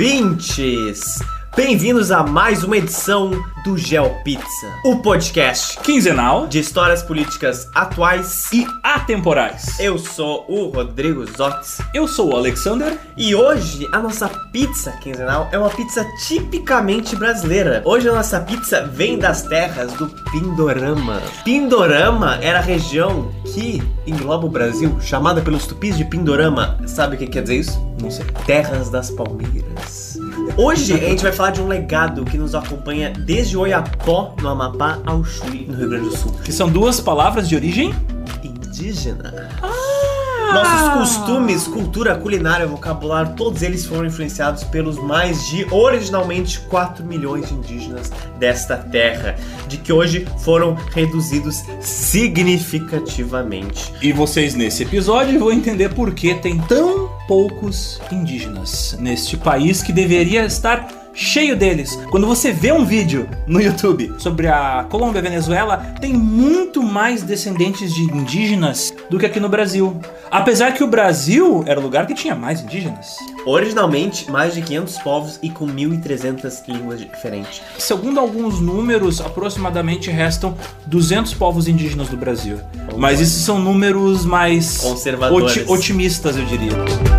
ouvintes! Bem-vindos a mais uma edição do GeoPizza, o podcast quinzenal de histórias políticas atuais e atemporais. Eu sou o Rodrigo Zotz. Eu sou o Alexander. E hoje a nossa pizza quinzenal é uma pizza tipicamente brasileira. Hoje a nossa pizza vem das terras do Pindorama. Pindorama era a região que engloba o Brasil, chamada pelos tupis de Pindorama. Sabe o que quer dizer isso? Não sei. Terras das Palmeiras. Hoje a gente vai falar de um legado que nos acompanha desde Oiapoque, no Amapá, ao Chuí, no Rio Grande do Sul. Que são duas palavras de origem indígena. Nossos costumes, cultura, culinária, vocabulário, todos eles foram influenciados pelos mais de, originalmente, 4 milhões de indígenas desta terra, de que hoje foram reduzidos significativamente. E vocês, nesse episódio, vão entender por que tem tão poucos indígenas neste país que deveria estar cheio deles. Quando você vê um vídeo no YouTube sobre a Colômbia e a Venezuela, tem muito mais descendentes de indígenas do que aqui no Brasil. Apesar que o Brasil era o lugar que tinha mais indígenas. Originalmente, mais de 500 povos e com 1.300 línguas diferentes. Segundo alguns números, aproximadamente restam 200 povos indígenas do Brasil. Mas esses são números mais conservadores, otimistas, eu diria.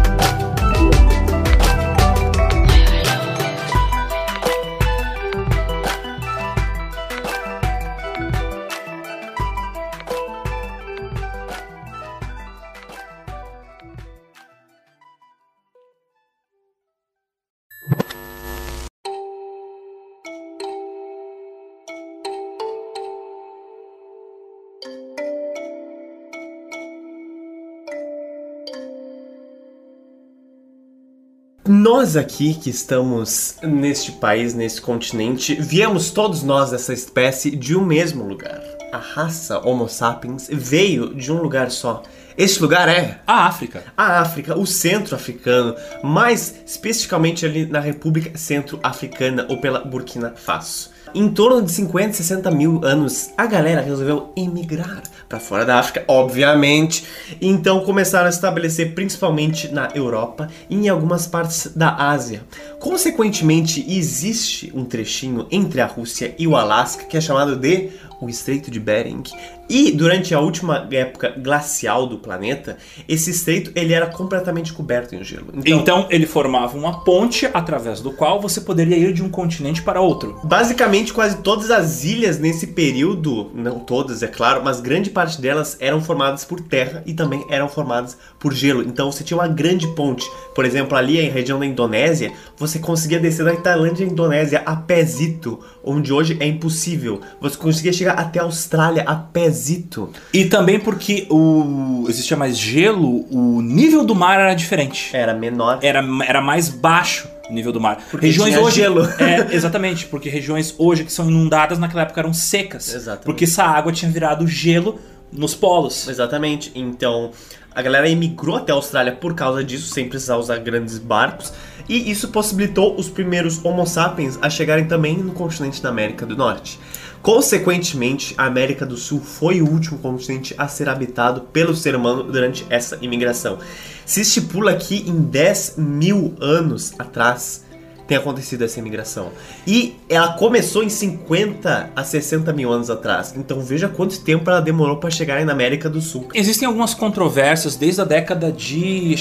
Nós aqui que estamos neste país, nesse continente, viemos todos nós dessa espécie de um mesmo lugar. A raça Homo sapiens veio de um lugar só. Este lugar é a África. A África, o centro africano, mais especificamente ali na República Centro-Africana ou pela Burkina Faso. Em torno de 50, 60 mil anos, a galera resolveu emigrar para fora da África, obviamente. Então começaram a estabelecer principalmente na Europa e em algumas partes da Ásia. Consequentemente, existe um trechinho entre a Rússia e o Alasca que é chamado de o Estreito de Bering. E durante a última época glacial do planeta, esse estreito ele era completamente coberto em gelo. Então ele formava uma ponte através do qual você poderia ir de um continente para outro. Basicamente, quase todas as ilhas nesse período, não todas, é claro, mas grande parte delas eram formadas por terra e também eram formadas por gelo. Então você tinha uma grande ponte. Por exemplo, ali em região da Indonésia, você conseguia descer da Tailândia à Indonésia a pézito, onde hoje é impossível. Você conseguia chegar até a Austrália a pézito. E também porque existia mais gelo, o nível do mar era diferente. Era menor. Era mais baixo o nível do mar. Porque regiões tinha hoje gelo. Exatamente, porque regiões hoje que são inundadas naquela época eram secas. Exatamente. Porque essa água tinha virado gelo nos polos. Exatamente. Então a galera emigrou até a Austrália por causa disso, sem precisar usar grandes barcos. E isso possibilitou os primeiros Homo sapiens a chegarem também no continente da América do Norte. Consequentemente, a América do Sul foi o último continente a ser habitado pelo ser humano durante essa imigração. Se estipula que em 10 mil anos atrás tem acontecido essa imigração. E ela começou em 50 a 60 mil anos atrás. Então veja quanto tempo ela demorou para chegar na América do Sul. Existem algumas controvérsias desde a década de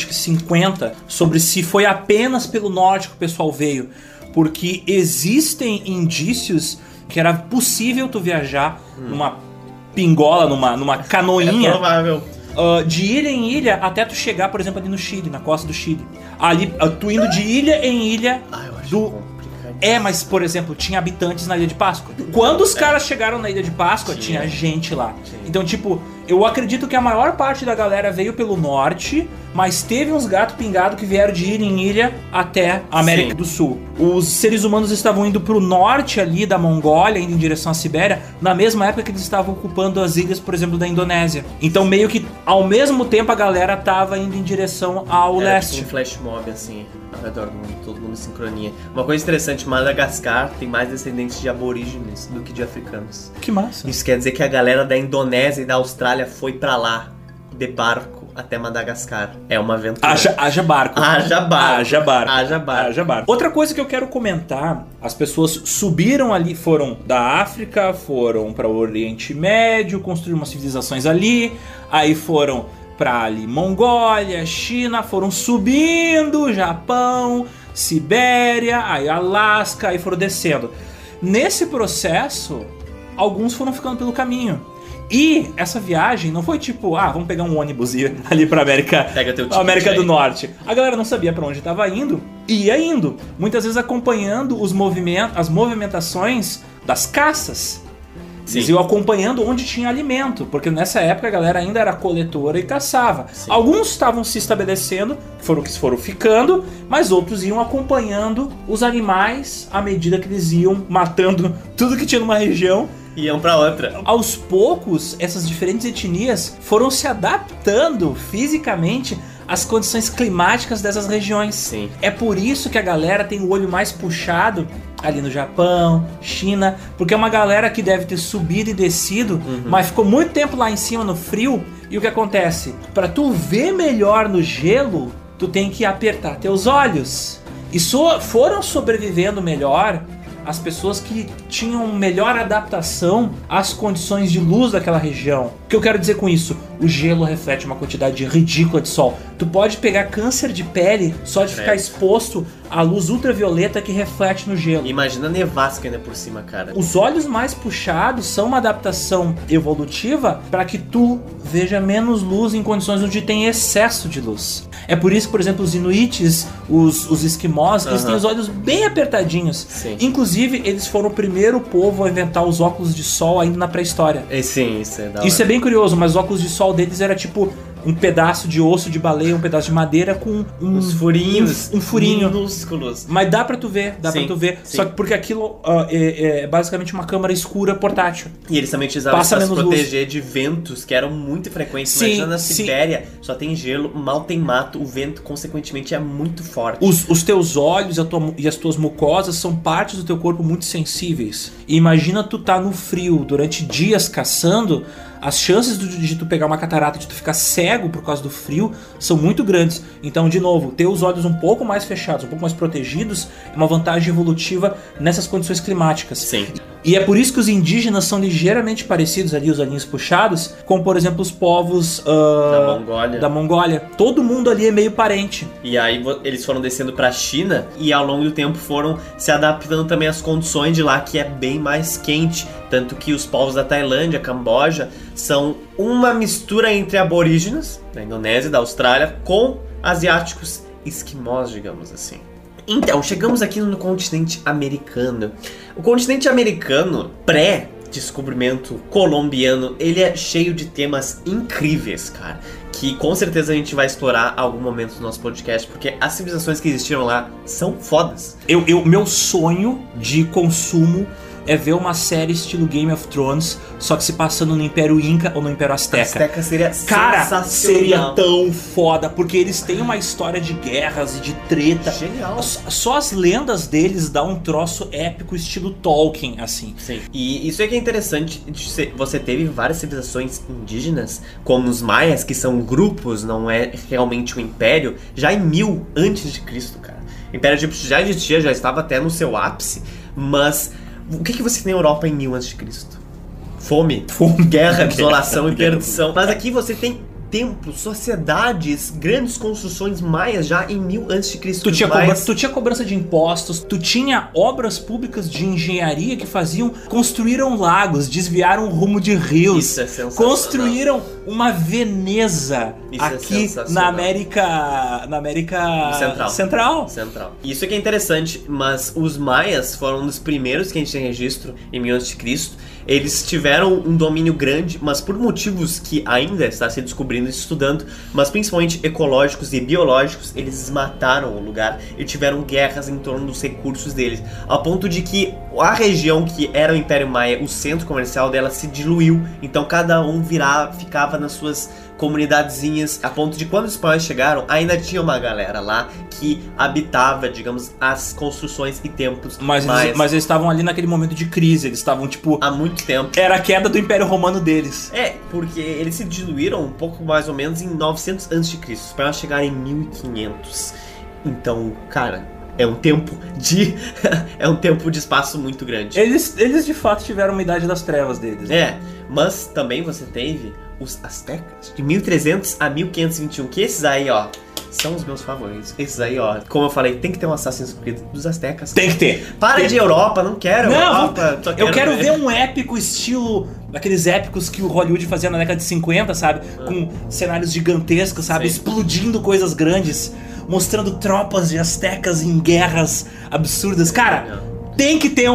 50 sobre se foi apenas pelo norte que o pessoal veio. Porque existem indícios que era possível tu viajar numa pingola, numa canoinha. É provável. De ilha em ilha até tu chegar, por exemplo, ali no Chile, na costa do Chile. Ali, tu indo de ilha em ilha eu acho complicado. Mas, por exemplo, tinha habitantes na Ilha de Páscoa. Quando os caras chegaram na Ilha de Páscoa, tinha gente lá. Então, tipo, eu acredito que a maior parte da galera veio pelo norte, mas teve uns gatos pingados que vieram de ilha em ilha até a América do Sul. Os seres humanos estavam indo pro norte ali da Mongólia, indo em direção à Sibéria, na mesma época que eles estavam ocupando as ilhas, por exemplo, da Indonésia. Então, meio que, ao mesmo tempo, a galera tava indo em direção ao leste. Tipo um flash mob, assim, ao redor do mundo, todo mundo em sincronia. Uma coisa interessante, Madagascar tem mais descendentes de aborígenes do que de africanos. Que massa. Isso quer dizer que a galera da Indonésia e da Austrália foi pra lá de barco até Madagascar. É uma aventura. Haja barco. Haja barco. Haja barco. Haja barco. Haja barco. Outra coisa que eu quero comentar, as pessoas subiram ali, foram da África, foram para o Oriente Médio, construíram umas civilizações ali, aí foram para ali Mongólia, China, foram subindo, Japão, Sibéria, aí Alasca, aí foram descendo. Nesse processo, alguns foram ficando pelo caminho. E essa viagem não foi tipo, vamos pegar um ônibus e ir ali pra América do Norte. A galera não sabia pra onde estava indo e ia indo. Muitas vezes acompanhando as movimentações das caças. Sim. Eles iam acompanhando onde tinha alimento, porque nessa época a galera ainda era coletora e caçava. Sim. Alguns estavam se estabelecendo, foram ficando, mas outros iam acompanhando os animais à medida que eles iam matando tudo que tinha numa região. Iam pra outra. Aos poucos, essas diferentes etnias foram se adaptando fisicamente às condições climáticas dessas regiões. Sim. É por isso que a galera tem o olho mais puxado ali no Japão, China, porque é uma galera que deve ter subido e descido, mas ficou muito tempo lá em cima no frio. E o que acontece? Pra tu ver melhor no gelo, tu tem que apertar teus olhos. E foram sobrevivendo melhor as pessoas que tinham melhor adaptação às condições de luz daquela região. O que eu quero dizer com isso? O gelo reflete uma quantidade ridícula de sol. Tu pode pegar câncer de pele só de ficar exposto à luz ultravioleta que reflete no gelo. Imagina a nevasca ainda por cima, cara. Os olhos mais puxados são uma adaptação evolutiva para que tu veja menos luz em condições onde tem excesso de luz. É por isso que, por exemplo, os inuites, os esquimós, eles têm os olhos bem apertadinhos. Sim. Inclusive, eles foram o primeiro povo a inventar os óculos de sol ainda na pré-história. Sim, isso é da hora. Isso é bem curioso, mas os óculos de sol deles era tipo um pedaço de osso de baleia, um pedaço de madeira com uns furinhos. Um furinho. Minúsculos. Mas dá pra tu ver, pra tu ver. Sim. Só que porque aquilo é basicamente uma câmara escura portátil. E eles também utilizavam isso pra se proteger de ventos que eram muito frequentes. Imagina na Sibéria, só tem gelo, mal tem mato, o vento, consequentemente, é muito forte. Os teus olhos e as tuas mucosas são partes do teu corpo muito sensíveis. E imagina tu tá no frio durante dias caçando, as chances de tu pegar uma catarata, de tu ficar cego por causa do frio, são muito grandes. Então, de novo, ter os olhos um pouco mais fechados, um pouco mais protegidos, é uma vantagem evolutiva nessas condições climáticas. Sim. E é por isso que os indígenas são ligeiramente parecidos ali, os olhinhos puxados, como, por exemplo, os povos da Mongólia. Todo mundo ali é meio parente. E aí eles foram descendo pra China e ao longo do tempo foram se adaptando também às condições de lá, que é bem mais quente. Tanto que os povos da Tailândia, Camboja, são uma mistura entre aborígenes, da Indonésia e da Austrália, com asiáticos esquimós, digamos assim. Então, chegamos aqui no continente americano. O continente americano, pré-descobrimento colombiano, ele é cheio de temas incríveis, cara, que com certeza a gente vai explorar algum momento do nosso podcast, porque as civilizações que existiram lá são fodas. Meu sonho de consumo é ver uma série estilo Game of Thrones, só que se passando no Império Inca ou no Império Azteca. Azteca seria sensacional. Seria tão foda, porque eles têm uma história de guerras e de treta. Genial. Só as lendas deles dão um troço épico estilo Tolkien, assim. Sim. E isso é que é interessante, você teve várias civilizações indígenas, como os maias, que são grupos, não é realmente um império, já em 1000 a.C., cara. O Império Egípcio já existia, já estava até no seu ápice, mas o que você tem na Europa em 1000 a.C.? Fome, guerra, desolação e perdição. Mas aqui você tem templos, sociedades, grandes construções maias já em 1000 a.C. Tu tinha cobrança de impostos, tu tinha obras públicas de engenharia que construíram lagos, desviaram o rumo de rios. Isso é sensacional. Construíram uma Veneza aqui na América Central. Isso é que é interessante, mas os maias foram um dos primeiros que a gente tem registro em 1000 a.C. Eles tiveram um domínio grande, mas por motivos que ainda está se descobrindo e estudando, mas principalmente ecológicos e biológicos, eles mataram o lugar e tiveram guerras em torno dos recursos deles, ao ponto de que a região que era o Império Maia, o centro comercial dela se diluiu, então cada um ficava nas suas comunidadezinhas, a ponto de quando os espanhóis chegaram, ainda tinha uma galera lá que habitava, digamos, as construções e templos. Mas eles estavam ali naquele momento de crise, eles estavam, tipo... há muito tempo. Era a queda do Império Romano deles. É, porque eles se diluíram um pouco mais ou menos em 900 a.C., os espanhóis chegaram em 1500. Então, cara... é um tempo de espaço muito grande. Eles de fato tiveram uma idade das trevas deles. É, mas também você teve os astecas, de 1300 a 1521, que esses aí, ó, são os meus favoritos. Esses aí, ó, como eu falei, tem que ter um Assassin's Creed dos astecas. Tem que ter. De Europa, não quero Europa. Eu quero ver um épico estilo... aqueles épicos que o Hollywood fazia na década de 50, sabe? Com cenários gigantescos, sabe? Sim. Explodindo coisas grandes, mostrando tropas de astecas em guerras absurdas. Cara, tem que ter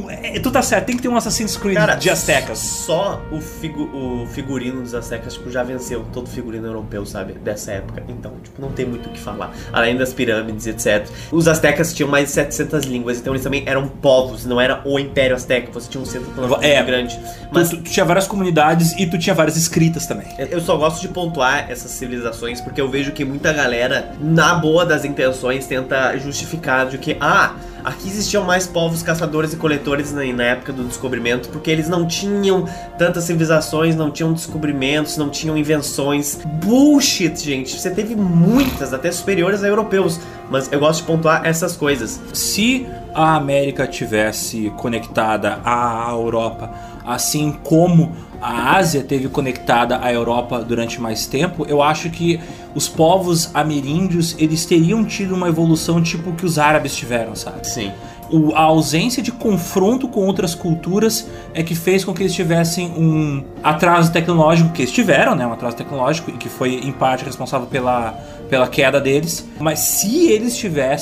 tu tá certo, tem que ter um Assassin's Creed de astecas. Só o figurino dos astecas, tipo, já venceu todo figurino europeu, sabe? Dessa época. Então, tipo, não tem muito o que falar. Além das pirâmides, etc. Os astecas tinham mais de 700 línguas, então eles também eram povos, não era o Império Azteca. Você tinha um centro muito grande. Mas tu tinha várias comunidades e tu tinha várias escritas também. Eu só gosto de pontuar essas civilizações porque eu vejo que muita galera, na boa das intenções, tenta justificar de que, aqui existiam mais povos caçadores e coletores na época do descobrimento, porque eles não tinham tantas civilizações, não tinham descobrimentos, não tinham invenções. Bullshit, gente. Você teve muitas, até superiores a europeus, mas eu gosto de pontuar essas coisas. Se a América tivesse conectada à Europa, assim como a Ásia teve conectada à Europa durante mais tempo, eu acho que os povos ameríndios, eles teriam tido uma evolução tipo que os árabes tiveram, sabe? Sim. A ausência de confronto com outras culturas é que fez com que eles tivessem um atraso tecnológico, que eles tiveram, né? Um atraso tecnológico, e que foi em parte responsável pela queda deles. Mas se eles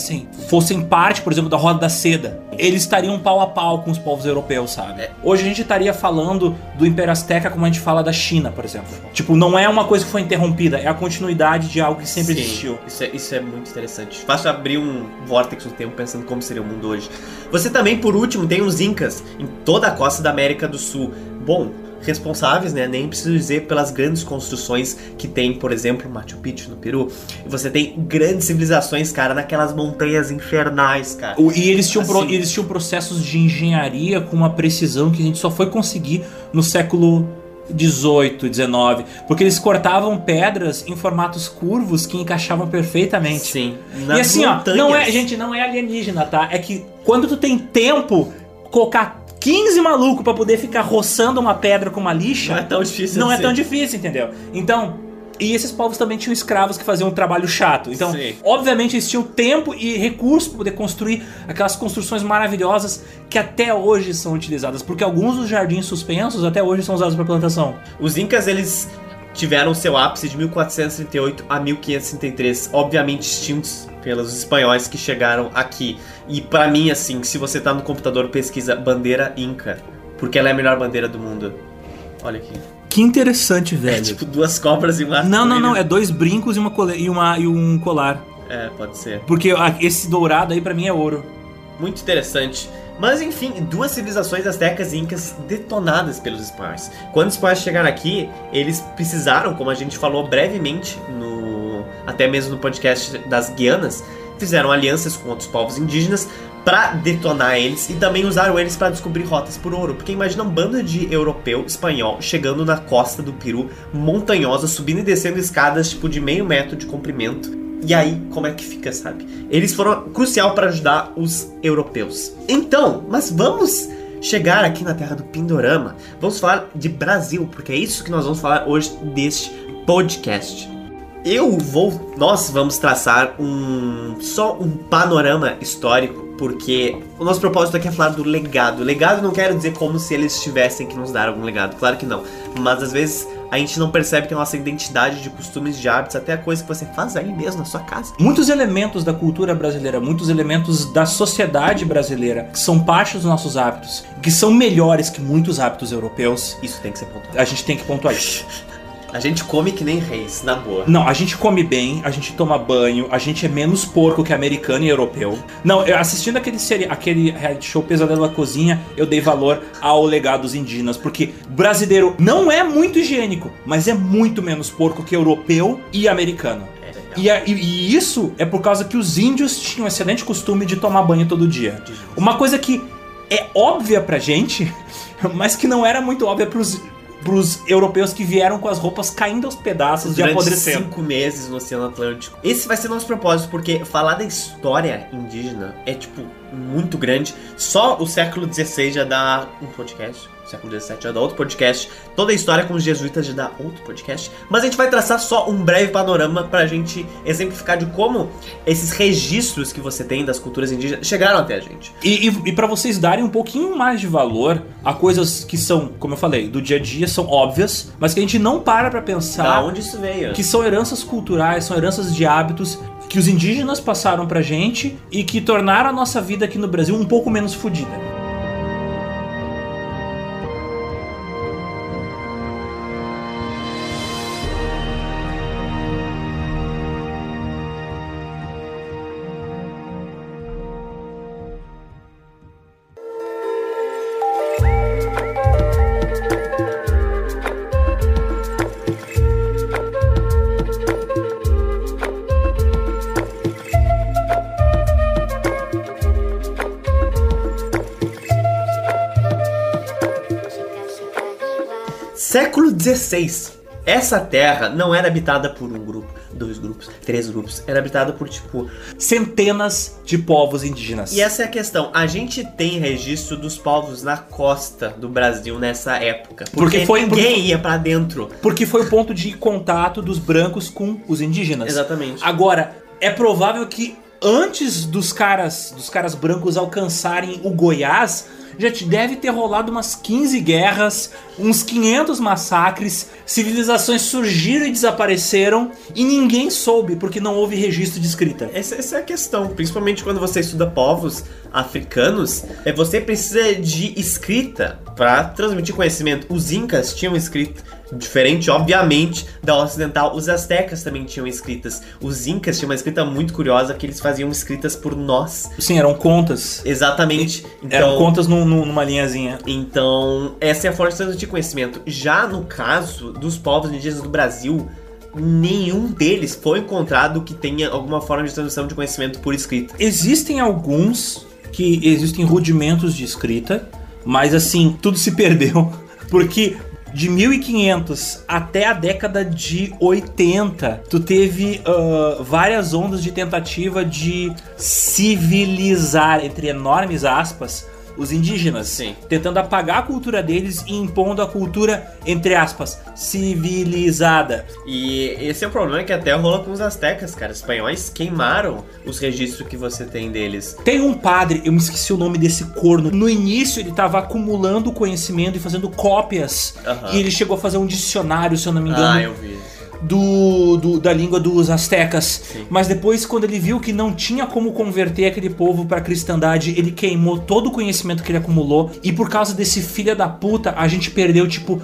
fossem parte, por exemplo, da Roda da Seda, eles estariam pau a pau com os povos europeus, sabe? Hoje a gente estaria falando do Império Azteca como a gente fala da China, por exemplo. Tipo, não é uma coisa que foi interrompida, é a continuidade de algo que sempre existiu. Isso é muito interessante. Fácil abrir um vórtex no tempo pensando como seria o mundo hoje. Você também, por último, tem os Incas em toda a costa da América do Sul. Bom, responsáveis, né? Nem preciso dizer pelas grandes construções que tem, por exemplo, Machu Picchu no Peru. E você tem grandes civilizações, cara, naquelas montanhas infernais, cara. E eles tinham processos de engenharia com uma precisão que a gente só foi conseguir no século 18, 19, porque eles cortavam pedras em formatos curvos que encaixavam perfeitamente. Sim. E assim, montanhas. Não é alienígena, tá? É que quando tu tem tempo, colocar 15 malucos pra poder ficar roçando uma pedra com uma lixa, não é tão difícil Não é tão difícil, entendeu? Então, e esses povos também tinham escravos que faziam um trabalho chato. Então, obviamente, eles tinham tempo e recurso para poder construir aquelas construções maravilhosas que até hoje são utilizadas. Porque alguns dos jardins suspensos até hoje são usados para plantação. Os Incas, eles tiveram seu ápice de 1438 a 1533, obviamente extintos pelos espanhóis que chegaram aqui. E pra mim, assim, se você tá no computador, pesquisa bandeira Inca, porque ela é a melhor bandeira do mundo. Olha aqui. Que interessante, velho. É tipo 2 cobras e um arco. Não, é 2 brincos e um colar. É, pode ser. Porque esse dourado aí pra mim é ouro. Muito interessante. Mas enfim, 2 civilizações astecas e incas detonadas pelos espanhóis. Quando os espanhóis chegaram aqui, eles precisaram, como a gente falou brevemente, até mesmo no podcast das Guianas, fizeram alianças com outros povos indígenas para detonar eles e também usaram eles para descobrir rotas por ouro. Porque imagina um bando de europeu, espanhol, chegando na costa do Peru, montanhosa, subindo e descendo escadas tipo de meio metro de comprimento. E aí, como é que fica, sabe? Eles foram crucial para ajudar os europeus. Então, mas vamos chegar aqui na terra do Pindorama. Vamos falar de Brasil, porque é isso que nós vamos falar hoje deste podcast. Nós vamos traçar só um panorama histórico, porque o nosso propósito aqui é falar do legado. Legado não quero dizer como se eles tivessem que nos dar algum legado, claro que não. Mas às vezes a gente não percebe que a nossa identidade de costumes, de hábitos, até a coisa que você faz aí mesmo na sua casa. Muitos elementos da cultura brasileira, muitos elementos da sociedade brasileira, que são parte dos nossos hábitos, que são melhores que muitos hábitos europeus. Isso tem que ser pontuado. A gente tem que pontuar isso. A gente come que nem reis, na boa. Não, a gente come bem, a gente toma banho, a gente é menos porco que americano e europeu. Não, eu assistindo aquele reality show Pesadelo na Cozinha, eu dei valor ao legado dos indígenas, porque brasileiro não é muito higiênico, mas é muito menos porco que europeu e americano. E isso é por causa que os índios tinham um excelente costume de tomar banho todo dia. Uma coisa que é óbvia pra gente, mas que não era muito óbvia pros europeus que vieram com as roupas caindo aos pedaços de apodrecendo. 5 meses no Oceano Atlântico. Esse vai ser nosso propósito, porque falar da história indígena é, tipo, muito grande. Só o século XVI já dá um podcast. O século XVII já dá outro podcast. Toda a história com os jesuítas já dá outro podcast. Mas a gente vai traçar só um breve panorama pra gente exemplificar de como esses registros que você tem das culturas indígenas chegaram até a gente. E pra vocês darem um pouquinho mais de valor a coisas que são, como eu falei, do dia a dia, são óbvias, mas que a gente não para pra pensar. Da onde isso veio? Que são heranças culturais, são heranças de hábitos que os indígenas passaram pra gente e que tornaram a nossa vida aqui no Brasil um pouco menos fodida. Século XVI. Essa terra não era habitada por um grupo, 2 grupos, 3 grupos. Era habitada por, tipo, centenas de povos indígenas. E essa é a questão. A gente tem registro dos povos na costa do Brasil nessa época. Porque ninguém ia pra dentro. Porque foi o ponto de contato dos brancos com os indígenas. Exatamente. Agora, é provável que antes dos caras brancos alcançarem o Goiás, já deve ter rolado umas 15 guerras, uns 500 massacres, civilizações surgiram e desapareceram e ninguém soube porque não houve registro de escrita. Essa é a questão, principalmente quando você estuda povos africanos, você precisa de escrita para transmitir conhecimento. Os incas tinham escrita, diferente, obviamente, da ocidental. Os astecas também tinham escritas. Os incas tinham uma escrita muito curiosa que eles faziam escritas por nós. Sim, eram contas. Exatamente. Então, eram contas numa linhazinha. Então, essa é a forma de transmitir conhecimento. Já no caso dos povos indígenas do Brasil, nenhum deles foi encontrado que tenha alguma forma de transmissão de conhecimento por escrita. Existem alguns que existem rudimentos de escrita, mas assim, tudo se perdeu. Porque de 1500 até a década de 80, tu teve várias ondas de tentativa de civilizar, entre enormes aspas, os indígenas. Sim. Tentando apagar a cultura deles e impondo a cultura, entre aspas, civilizada. E esse é o problema que até rola com os astecas, cara. Os espanhóis queimaram os registros que você tem deles. Tem um padre, eu me esqueci o nome desse corno. No início ele tava acumulando conhecimento e fazendo cópias. E ele chegou a fazer um dicionário, se eu não me engano. Eu vi. Da língua dos astecas. Sim. Mas depois, quando ele viu que não tinha como converter aquele povo pra cristandade, ele queimou todo o conhecimento que ele acumulou. E por causa desse filho da puta, a gente perdeu tipo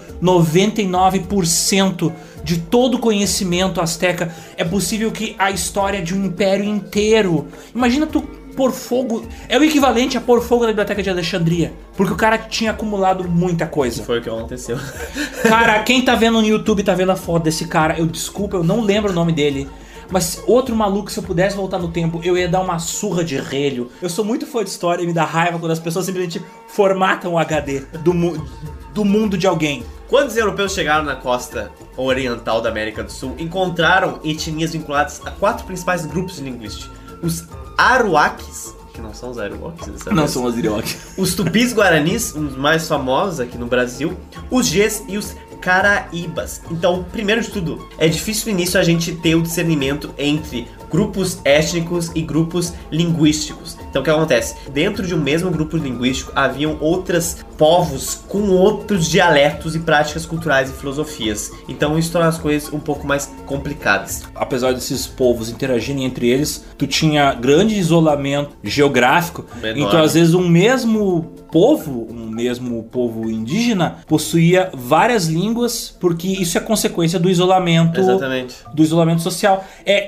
99% de todo o conhecimento asteca. É possível que a história de um império inteiro, imagina tu pôr fogo, é o equivalente a pôr fogo na biblioteca de Alexandria, porque o cara tinha acumulado muita coisa. Foi o que aconteceu. Cara, quem tá vendo no YouTube tá vendo a foto desse cara. Desculpa, eu não lembro o nome dele. Mas outro maluco, se eu pudesse voltar no tempo, eu ia dar uma surra de relho. Eu sou muito fã de história e me dá raiva quando as pessoas simplesmente formatam o HD do mundo de alguém. Quando os europeus chegaram na costa oriental da América do Sul, encontraram etnias vinculadas a 4 principais grupos linguísticos. Os Aruaques, que não são os Aruaques dessa vez. Não são os Aruaques. Os Tupis Guaranis, os mais famosos aqui no Brasil. Os Gês e os Caraíbas. Então, primeiro de tudo, é difícil no início a gente ter o discernimento entre grupos étnicos e grupos linguísticos. Então o que acontece? Dentro de um mesmo grupo linguístico haviam outros povos com outros dialetos e práticas culturais e filosofias. Então isso torna as coisas um pouco mais complicadas. Apesar desses povos interagirem entre eles, tu tinha grande isolamento geográfico. Menor. Então às vezes um mesmo povo, um mesmo povo indígena, possuía várias línguas, porque isso é consequência do isolamento. Exatamente. Do isolamento social.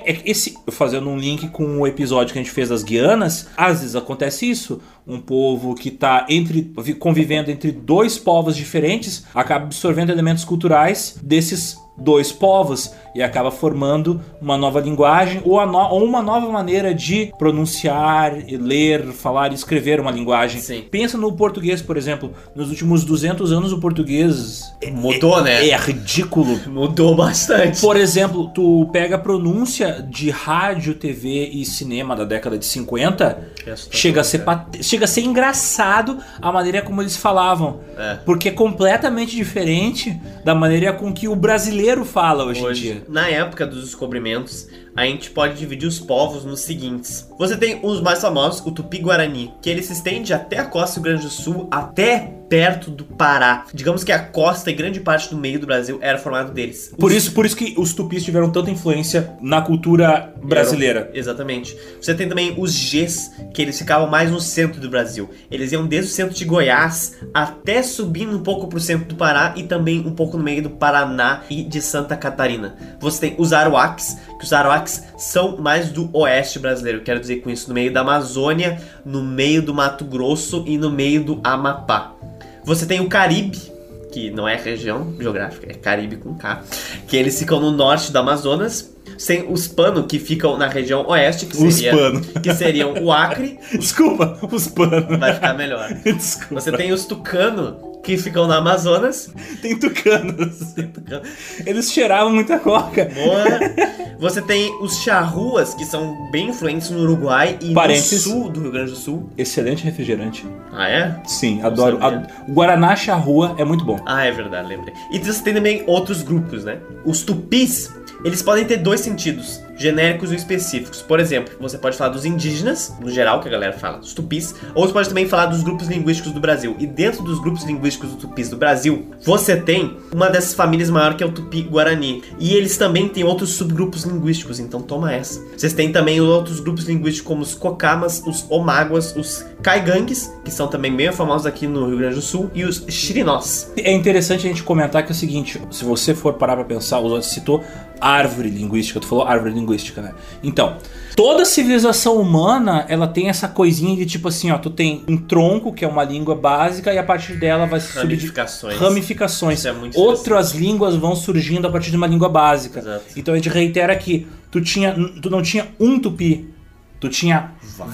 Fazendo um link com o episódio que a gente fez das Guianas, às vezes acontece isso. Um povo que está convivendo entre dois povos diferentes acaba absorvendo elementos culturais desses dois povos e acaba formando uma nova linguagem ou uma nova maneira de pronunciar, ler, falar e escrever uma linguagem. Sim. Pensa no português, por exemplo. Nos últimos 200 anos o português mudou, né? É ridículo. Mudou bastante. Por exemplo, tu pega a pronúncia de rádio, TV e cinema da década de 50, chega a ser engraçado a maneira como eles falavam. Porque é completamente diferente da maneira com que o brasileiro fala hoje em dia. Na época dos descobrimentos, a gente pode dividir os povos nos seguintes. Você tem os mais famosos, o Tupi-Guarani, que ele se estende até a costa do Rio Grande do Sul, até perto do Pará. Digamos que a costa e grande parte do meio do Brasil era formado deles. Por isso que os tupis tiveram tanta influência na cultura brasileira. Exatamente. Você tem também os Gês, que eles ficavam mais no centro do Brasil. Eles iam desde o centro de Goiás até subindo um pouco pro centro do Pará e também um pouco no meio do Paraná e de Santa Catarina. Você tem os Aruaques, que os Aruaques são mais do oeste brasileiro. Quero dizer com isso, no meio da Amazônia, no meio do Mato Grosso e no meio do Amapá. Você tem o Caribe, que não é região geográfica, é Caribe com K, que eles ficam no norte do Amazonas. Tem os Pano, que ficam na região oeste, que seriam o Acre. Desculpa, os Pano. Vai ficar melhor. Desculpa. Você tem os Tucano, que ficam no Amazonas. Tem tucanos. Eles cheiravam muita coca. Boa. Você tem os charruas, que são bem influentes no Uruguai e no sul do Rio Grande do Sul. Excelente refrigerante. Ah, é? Sim, adoro. O Guaraná Charrua é muito bom. Ah, é verdade, lembrei. E você tem também outros grupos, né? Os tupis, eles podem ter dois sentidos, genéricos e específicos. Por exemplo, você pode falar dos indígenas, no geral, que a galera fala, dos tupis, ou você pode também falar dos grupos linguísticos do Brasil. E dentro dos grupos linguísticos dos tupis do Brasil, você tem uma dessas famílias maior que é o Tupi-Guarani. E eles também têm outros subgrupos linguísticos, então toma essa. Vocês têm também outros grupos linguísticos como os Cocamas, os Omáguas, os Caigangues, que são também bem famosos aqui no Rio Grande do Sul, e os Xirinós. É interessante a gente comentar que é o seguinte, se você for parar pra pensar, o Zóio citou árvore linguística, tu falou árvore linguística, né? Então, toda civilização humana, ela tem essa coisinha de tipo assim, ó, tu tem um tronco, que é uma língua básica, e a partir dela vai se ramificações. Isso é muito Outras línguas vão surgindo a partir de uma língua básica. Exato. Então a gente reitera aqui, tu não tinha um tupi, tu tinha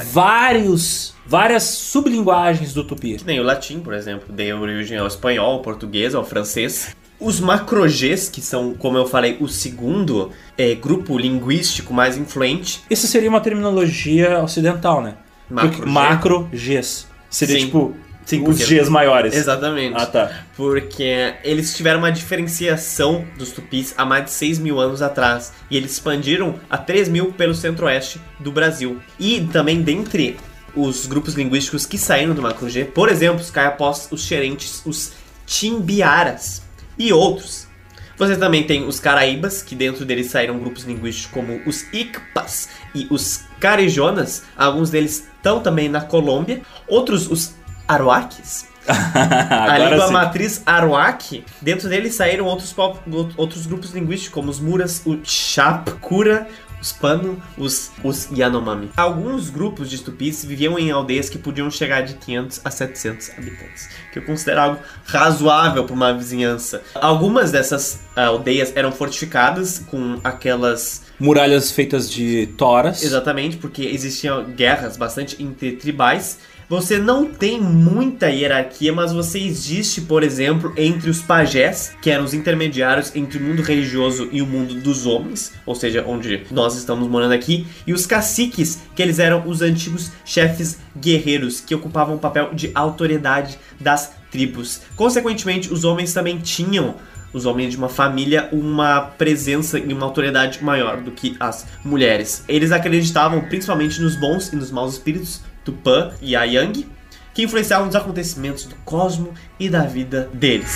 várias sublinguagens do tupi. Que nem o latim, por exemplo, deu origem ao espanhol, ao português, ao francês. Os macrogês, que são, como eu falei, o segundo grupo linguístico mais influente. Isso seria uma terminologia ocidental, né? Macrogês. Seria tipo os Gs maiores. Exatamente. Ah, tá. Porque eles tiveram uma diferenciação dos tupis há mais de 6 mil anos atrás. E eles expandiram a 3 mil pelo centro-oeste do Brasil. E também dentre os grupos linguísticos que saíram do macro-G, por exemplo, os caiapós, os xerentes, os timbiaras e outros. Você também tem os caraíbas, que dentro deles saíram grupos linguísticos como os Icpas e os carijonas. Alguns deles estão também na Colômbia. Outros, os aruaques. A língua matriz aruaque, dentro deles saíram outros grupos linguísticos, como os muras, o chapcura, os Pano, os Yanomami. Alguns grupos de tupis viviam em aldeias que podiam chegar de 500 a 700 habitantes, que eu considero algo razoável para uma vizinhança. Algumas dessas aldeias eram fortificadas com aquelas muralhas feitas de toras. Exatamente, porque existiam guerras bastante intertribais. Você não tem muita hierarquia, mas você existe, por exemplo, entre os pajés, que eram os intermediários entre o mundo religioso e o mundo dos homens, ou seja, onde nós estamos morando aqui, e os caciques, que eles eram os antigos chefes guerreiros, que ocupavam o papel de autoridade das tribos. Consequentemente, os homens também tinham, os homens de uma família, uma presença e uma autoridade maior do que as mulheres. Eles acreditavam principalmente nos bons e nos maus espíritos, Tupã e a Yang, que influenciavam os acontecimentos do cosmo e da vida deles.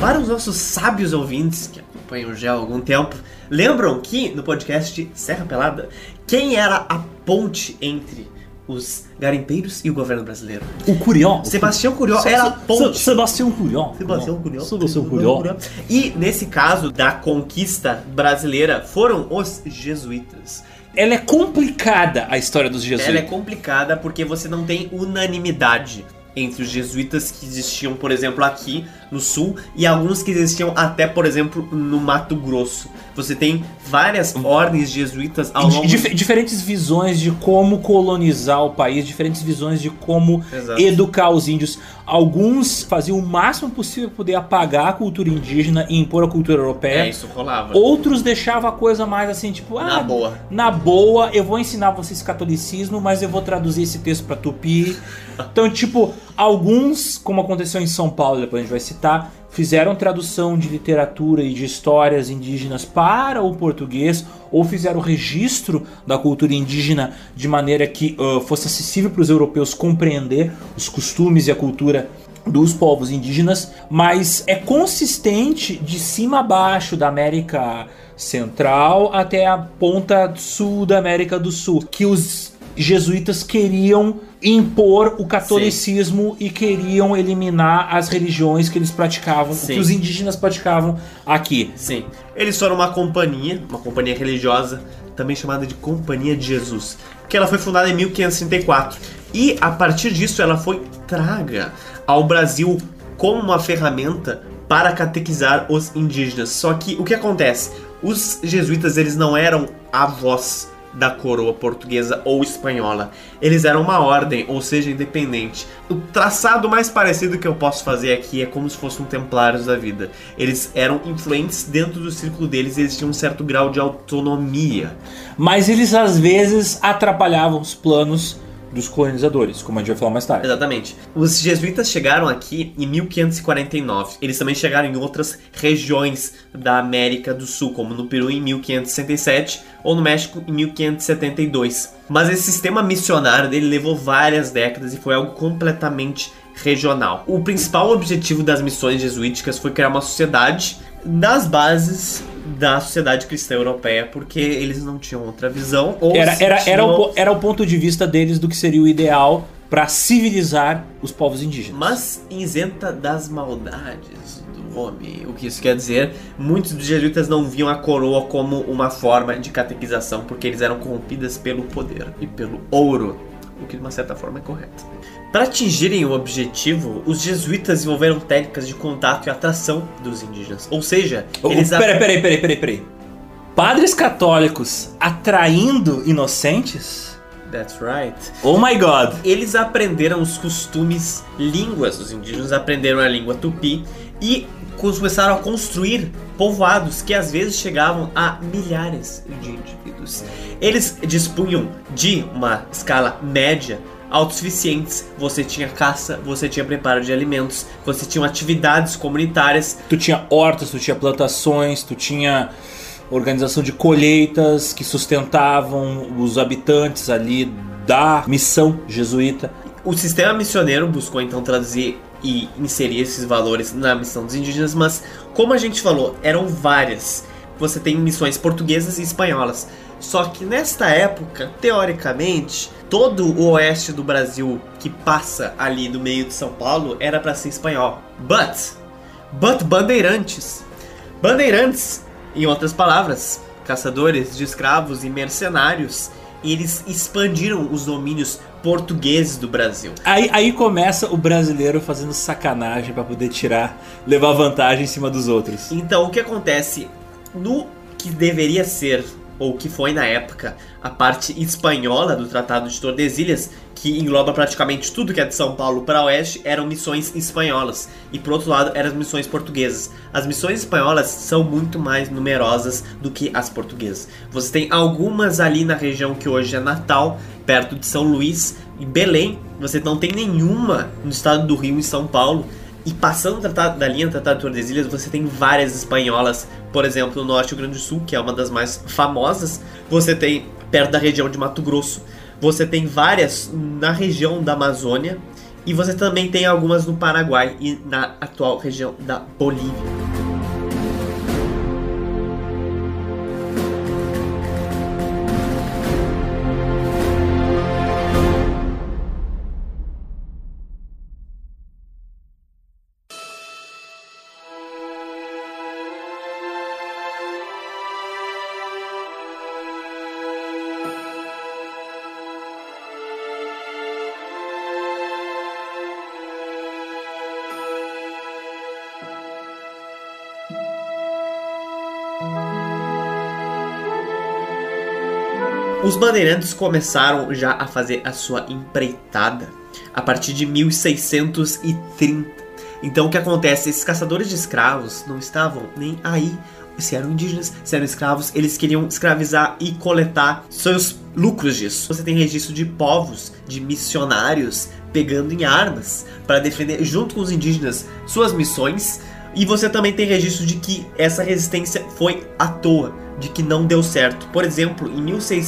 Para os nossos sábios ouvintes que acompanham já há algum tempo, lembram que no podcast Serra Pelada, quem era a ponte entre os garimpeiros e o governo brasileiro? O Curió. Sebastião Curió era a ponte. Sebastião Curió. Sebastião Curió. E nesse caso da conquista brasileira foram os jesuítas. Ela é complicada, a história dos jesuítas. Ela é complicada porque você não tem unanimidade entre os jesuítas que existiam, por exemplo, aqui no sul e alguns que existiam até, por exemplo, no Mato Grosso. Você tem várias ordens jesuítas ao longo... Diferentes visões de como colonizar o país, diferentes visões de como educar os índios. Alguns faziam o máximo possível para poder apagar a cultura indígena e impor a cultura europeia. Isso rolava. Outros deixavam a coisa mais assim, tipo... Na boa, eu vou ensinar vocês catolicismo, mas eu vou traduzir esse texto para tupi. Então, tipo, alguns, como aconteceu em São Paulo, depois a gente vai citar, fizeram tradução de literatura e de histórias indígenas para o português, ou fizeram registro da cultura indígena de maneira que fosse acessível para os europeus compreender os costumes e a cultura dos povos indígenas, mas é consistente de cima a baixo da América Central até a ponta sul da América do Sul, que os jesuítas queriam impor o catolicismo e queriam eliminar as religiões que eles praticavam, que os indígenas praticavam aqui. Sim. Eles foram uma companhia religiosa, também chamada de Companhia de Jesus, que ela foi fundada em 1534. E a partir disso ela foi traga ao Brasil como uma ferramenta para catequizar os indígenas. Só que o que acontece? Os jesuítas, eles não eram a voz da coroa portuguesa ou espanhola. Eles eram uma ordem, ou seja, independente. O traçado mais parecido que eu posso fazer aqui é como se fossem templários da vida. Eles eram influentes dentro do círculo deles e eles tinham um certo grau de autonomia. Mas eles às vezes atrapalhavam os planos dos colonizadores, como a gente vai falar mais tarde. Exatamente. Os jesuítas chegaram aqui em 1549. Eles também chegaram em outras regiões da América do Sul, como no Peru em 1567 ou no México em 1572. Mas esse sistema missionário dele levou várias décadas e foi algo completamente regional. O principal objetivo das missões jesuíticas foi criar uma sociedade das bases da sociedade cristã europeia, porque eles não tinham outra visão. Ou era o ponto de vista deles do que seria o ideal para civilizar os povos indígenas. Mas isenta das maldades do homem. O que isso quer dizer? Muitos dos jesuítas não viam a coroa como uma forma de catequização, porque eles eram corrompidas pelo poder e pelo ouro, o que de uma certa forma é correto. Para atingirem o objetivo, os jesuítas desenvolveram técnicas de contato e atração dos indígenas. Ou seja, eles... Peraí. Padres católicos atraindo inocentes? That's right. Oh my God. Eles aprenderam os costumes, línguas. Os indígenas aprenderam a língua tupi e começaram a construir povoados que às vezes chegavam a milhares de indivíduos. Eles dispunham de uma escala média autossuficientes, você tinha caça, você tinha preparo de alimentos, você tinha atividades comunitárias. Tu tinha hortas, tu tinha plantações, tu tinha organização de colheitas que sustentavam os habitantes ali da missão jesuíta. O sistema missioneiro buscou então traduzir e inserir esses valores na missão dos indígenas, mas como a gente falou, eram várias. Você tem missões portuguesas e espanholas. Só que nesta época, teoricamente, todo o oeste do Brasil que passa ali no meio de São Paulo era para ser espanhol. But bandeirantes. Bandeirantes, em outras palavras, caçadores de escravos e mercenários, eles expandiram os domínios portugueses do Brasil. Aí começa o brasileiro fazendo sacanagem para poder levar vantagem em cima dos outros. Então o que acontece no que deveria ser, ou que foi na época, a parte espanhola do Tratado de Tordesilhas, que engloba praticamente tudo que é de São Paulo para oeste, eram missões espanholas. E por outro lado, eram as missões portuguesas. As missões espanholas são muito mais numerosas do que as portuguesas. Você tem algumas ali na região que hoje é Natal, perto de São Luís, e Belém. Você não tem nenhuma no estado do Rio, em São Paulo. E passando da linha do Tratado de Tordesilhas, você tem várias espanholas, por exemplo, no Norte do Rio Grande do Sul, que é uma das mais famosas. Você tem perto da região de Mato Grosso. Você tem várias na região da Amazônia. E você também tem algumas no Paraguai e na atual região da Bolívia. Os bandeirantes começaram já a fazer a sua empreitada a partir de 1630. Então o que acontece? Esses caçadores de escravos não estavam nem aí. Se eram indígenas, se eram escravos, eles queriam escravizar e coletar seus lucros disso. Você tem registro de povos, de missionários pegando em armas para defender junto com os indígenas suas missões. E você também tem registro de que essa resistência foi à toa, de que não deu certo. Por exemplo, em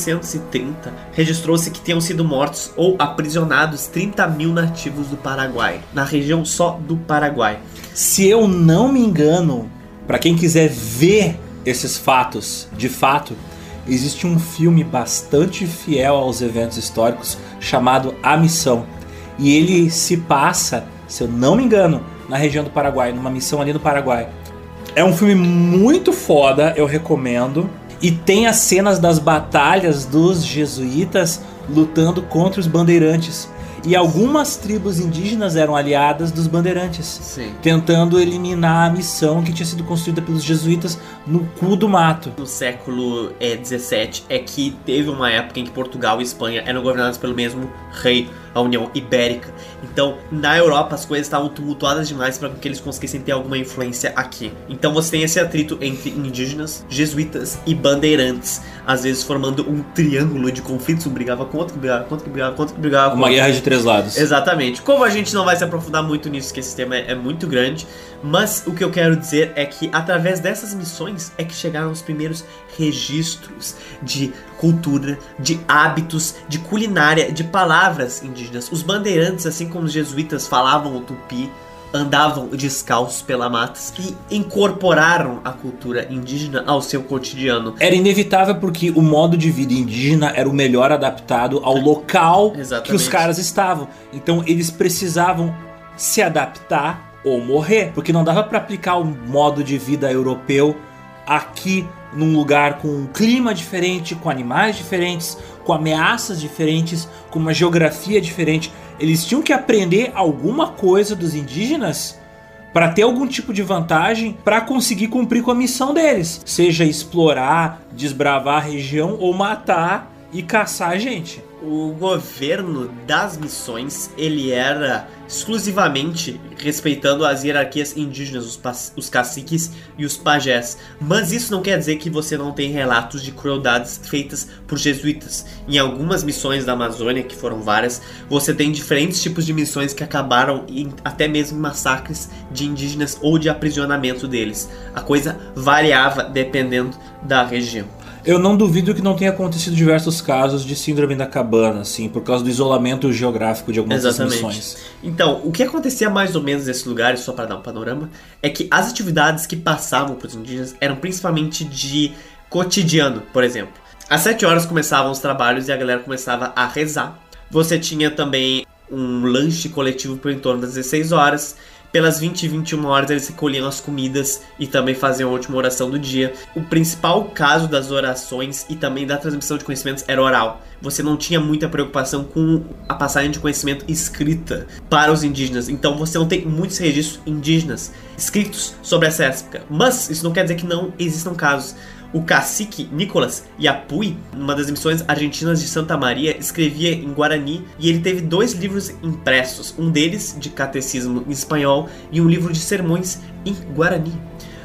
1630, registrou-se que tenham sido mortos ou aprisionados 30 mil nativos do Paraguai, na região só do Paraguai. Se eu não me engano, para quem quiser ver esses fatos, de fato, existe um filme bastante fiel aos eventos históricos chamado A Missão. E ele se passa, se eu não me engano, na região do Paraguai, numa missão ali no Paraguai. É um filme muito foda, eu recomendo. E tem as cenas das batalhas dos jesuítas lutando contra os bandeirantes. E algumas tribos indígenas eram aliadas dos bandeirantes. Sim. Tentando eliminar a missão que tinha sido construída pelos jesuítas no cu do mato. No século XVII é que teve uma época em que Portugal e Espanha eram governadas pelo mesmo rei, a União Ibérica. Então, na Europa as coisas estavam tumultuadas demais para que eles conseguissem ter alguma influência aqui. Então você tem esse atrito entre indígenas, jesuítas e bandeirantes, às vezes formando um triângulo de conflitos, um brigava com outro, brigava com outro, brigava com outro, brigava com uma outro. guerra de três lados. Exatamente. Como a gente não vai se aprofundar muito nisso, que esse tema é muito grande, mas o que eu quero dizer é que através dessas missões é que chegaram os primeiros registros de cultura, de hábitos, de culinária, de palavras indígenas. Os bandeirantes, assim como os jesuítas, falavam o tupi, andavam descalços pela mata e incorporaram a cultura indígena ao seu cotidiano. Era inevitável porque o modo de vida indígena era o melhor adaptado ao local que os caras estavam. Então eles precisavam se adaptar ou morrer, porque não dava para aplicar o modo de vida europeu aqui num lugar com um clima diferente, com animais diferentes, com ameaças diferentes, com uma geografia diferente. Eles tinham que aprender alguma coisa dos indígenas para ter algum tipo de vantagem para conseguir cumprir com a missão deles, seja explorar, desbravar a região ou matar e caçar a gente. O governo das missões, ele era exclusivamente respeitando as hierarquias indígenas, os caciques e os pajés. Mas isso não quer dizer que você não tem relatos de crueldades feitas por jesuítas. Em algumas missões da Amazônia, que foram várias, você tem diferentes tipos de missões que acabaram em até mesmo massacres de indígenas ou de aprisionamento deles. A coisa variava dependendo da região. Eu não duvido que não tenha acontecido diversos casos de síndrome da cabana, assim, por causa do isolamento geográfico de algumas das missões. Então, o que acontecia mais ou menos nesses lugares, só para dar um panorama, é que as atividades que passavam para os indígenas eram principalmente de cotidiano, por exemplo. Às 7 horas começavam os trabalhos e a galera começava a rezar. Você tinha também um lanche coletivo por em torno das 16 horas. Pelas 20 e 21 horas eles recolhiam as comidas e também faziam a última oração do dia. O principal caso das orações e também da transmissão de conhecimentos era oral. Você não tinha muita preocupação com a passagem de conhecimento escrita para os indígenas. Então você não tem muitos registros indígenas escritos sobre essa época. Mas isso não quer dizer que não existam casos. O cacique Nicolas Yapuy, numa das missões argentinas de Santa Maria, escrevia em Guarani e ele teve 2 livros impressos, um deles de catecismo em espanhol e um livro de sermões em Guarani.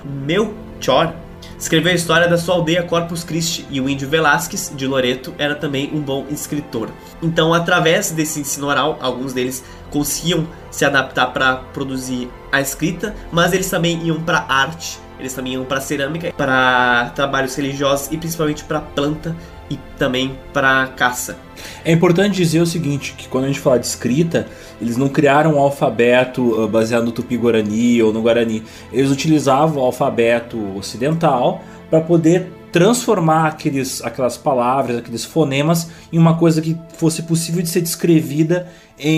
Melchor escreveu a história da sua aldeia Corpus Christi e o índio Velázquez de Loreto era também um bom escritor. Então, através desse ensino oral, alguns deles conseguiam se adaptar para produzir a escrita, mas eles também iam para arte. Eles também iam para cerâmica, para trabalhos religiosos e principalmente para planta e também para caça. É importante dizer o seguinte, que quando a gente fala de escrita, eles não criaram um alfabeto baseado no Tupi-Guarani ou no Guarani. Eles utilizavam o alfabeto ocidental para poder transformar aquelas palavras, aqueles fonemas em uma coisa que fosse possível de ser descrevida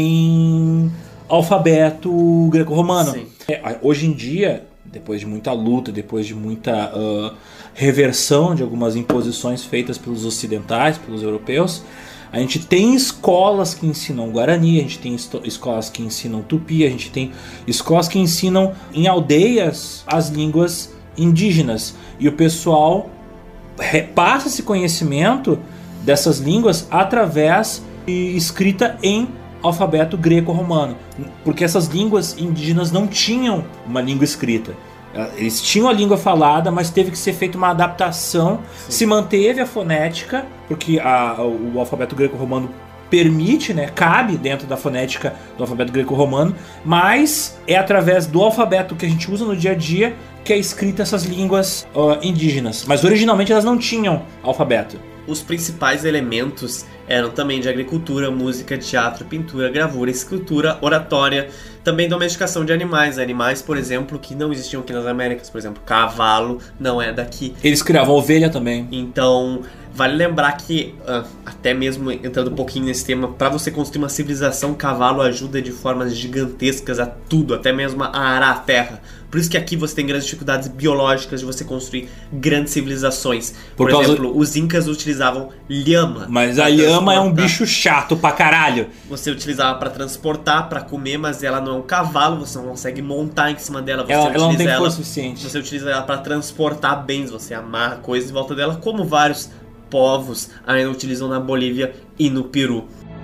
em alfabeto greco-romano. Hoje em dia, depois de muita luta, depois de muita reversão de algumas imposições feitas pelos ocidentais, pelos europeus, a gente tem escolas que ensinam Guarani, a gente tem escolas que ensinam Tupi, a gente tem escolas que ensinam em aldeias as línguas indígenas. E o pessoal repassa esse conhecimento dessas línguas através de escrita em alfabeto greco-romano. Porque essas línguas indígenas não tinham uma língua escrita. Eles tinham a língua falada, mas teve que ser feita uma adaptação. Sim. Se manteve a fonética, porque o alfabeto greco-romano permite, né, cabe dentro da fonética do alfabeto greco-romano, mas é através do alfabeto que a gente usa no dia a dia que é escrita essas línguas indígenas. Mas originalmente elas não tinham alfabeto. Os principais elementos eram também de agricultura, música, teatro, pintura, gravura, escultura, oratória, também domesticação de animais. Animais, por exemplo, que não existiam aqui nas Américas. Por exemplo, cavalo não é daqui. Eles criavam ovelha também. Então, vale lembrar que, até mesmo entrando um pouquinho nesse tema, para você construir uma civilização, cavalo ajuda de formas gigantescas a tudo, até mesmo a arar a terra. Por isso que aqui você tem grandes dificuldades biológicas de você construir grandes civilizações. Por exemplo, os incas utilizavam lhama. Mas a lhama é um bicho chato pra caralho. Você utilizava para transportar, para comer, mas ela não é um cavalo, você não consegue montar em cima dela. Você ela não tem força suficiente. Você utiliza ela para transportar bens, você amarra coisas em volta dela, como vários povos ainda utilizam na Bolívia e no Peru.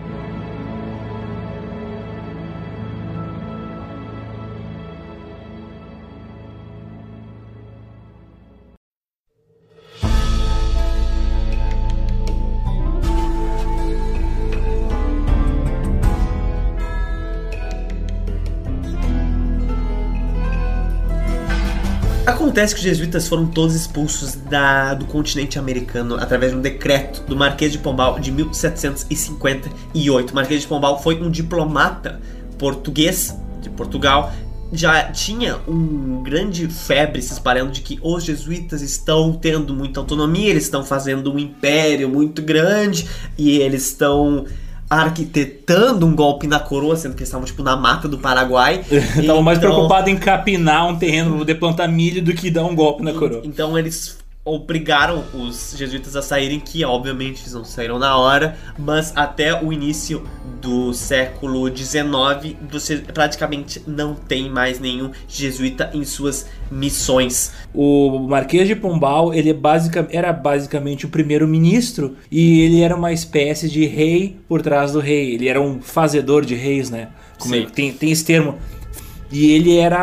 Acontece que os jesuítas foram todos expulsos do continente americano através de um decreto do Marquês de Pombal de 1758. O Marquês de Pombal foi um diplomata português de Portugal. Já tinha um grande febre se espalhando de que os jesuítas estão tendo muita autonomia, eles estão fazendo um império muito grande e eles estão arquitetando um golpe na coroa, sendo que eles estavam tipo na mata do Paraguai. Estavam mais preocupados em capinar um terreno para poder plantar milho do que dar um golpe na coroa. Então eles obrigaram os jesuítas a saírem, que obviamente eles não saíram na hora, mas até o início do século XIX você praticamente não tem mais nenhum jesuíta em suas missões. O Marquês de Pombal ele era basicamente o primeiro-ministro e ele era uma espécie de rei por trás do rei. Ele era um fazedor de reis, né? Tem esse termo. E ele era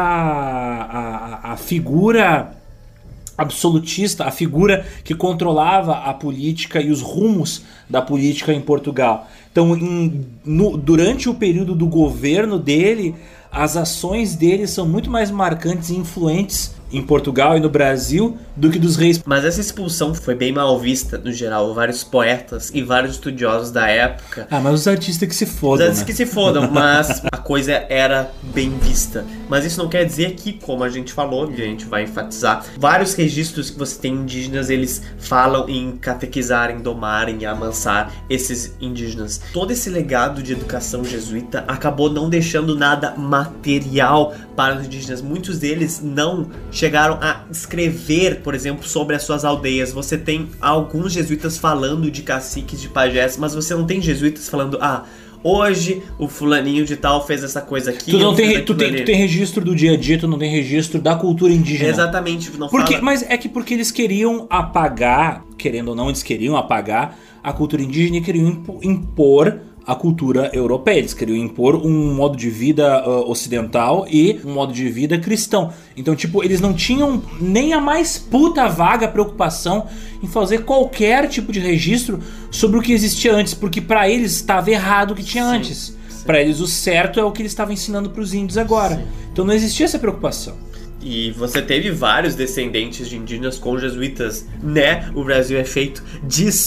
a figura absolutista, a figura que controlava a política e os rumos da política em Portugal. Então, durante o período do governo dele, as ações dele são muito mais marcantes e influentes em Portugal e no Brasil do que dos reis. Mas essa expulsão foi bem mal vista no geral. Vários poetas e vários estudiosos da época. Mas os artistas que se fodam. Os artistas que se fodam, mas a coisa era bem vista. Mas isso não quer dizer que, como a gente falou, e a gente vai enfatizar, vários registros que você tem indígenas, eles falam em catequizar, em domar, em amansar esses indígenas. Todo esse legado de educação jesuíta acabou não deixando nada material para os indígenas. Muitos deles não chegaram a escrever, por exemplo, sobre as suas aldeias. Você tem alguns jesuítas falando de caciques, de pajés, mas você não tem jesuítas falando, hoje o fulaninho de tal fez essa coisa aqui. Tu tem registro do dia a dia, tu não tem registro da cultura indígena. Exatamente, não fala. Mas é que porque eles queriam apagar, querendo ou não, eles queriam apagar a cultura indígena e queriam impor a cultura europeia. Eles queriam impor um modo de vida ocidental e um modo de vida cristão. Então, eles não tinham nem a mais puta vaga preocupação em fazer qualquer tipo de registro sobre o que existia antes, porque pra eles estava errado o que tinha antes. Pra eles o certo é o que eles estavam ensinando pros índios agora. Sim. Então não existia essa preocupação. E você teve vários descendentes de indígenas com jesuítas, né? O Brasil é feito disso.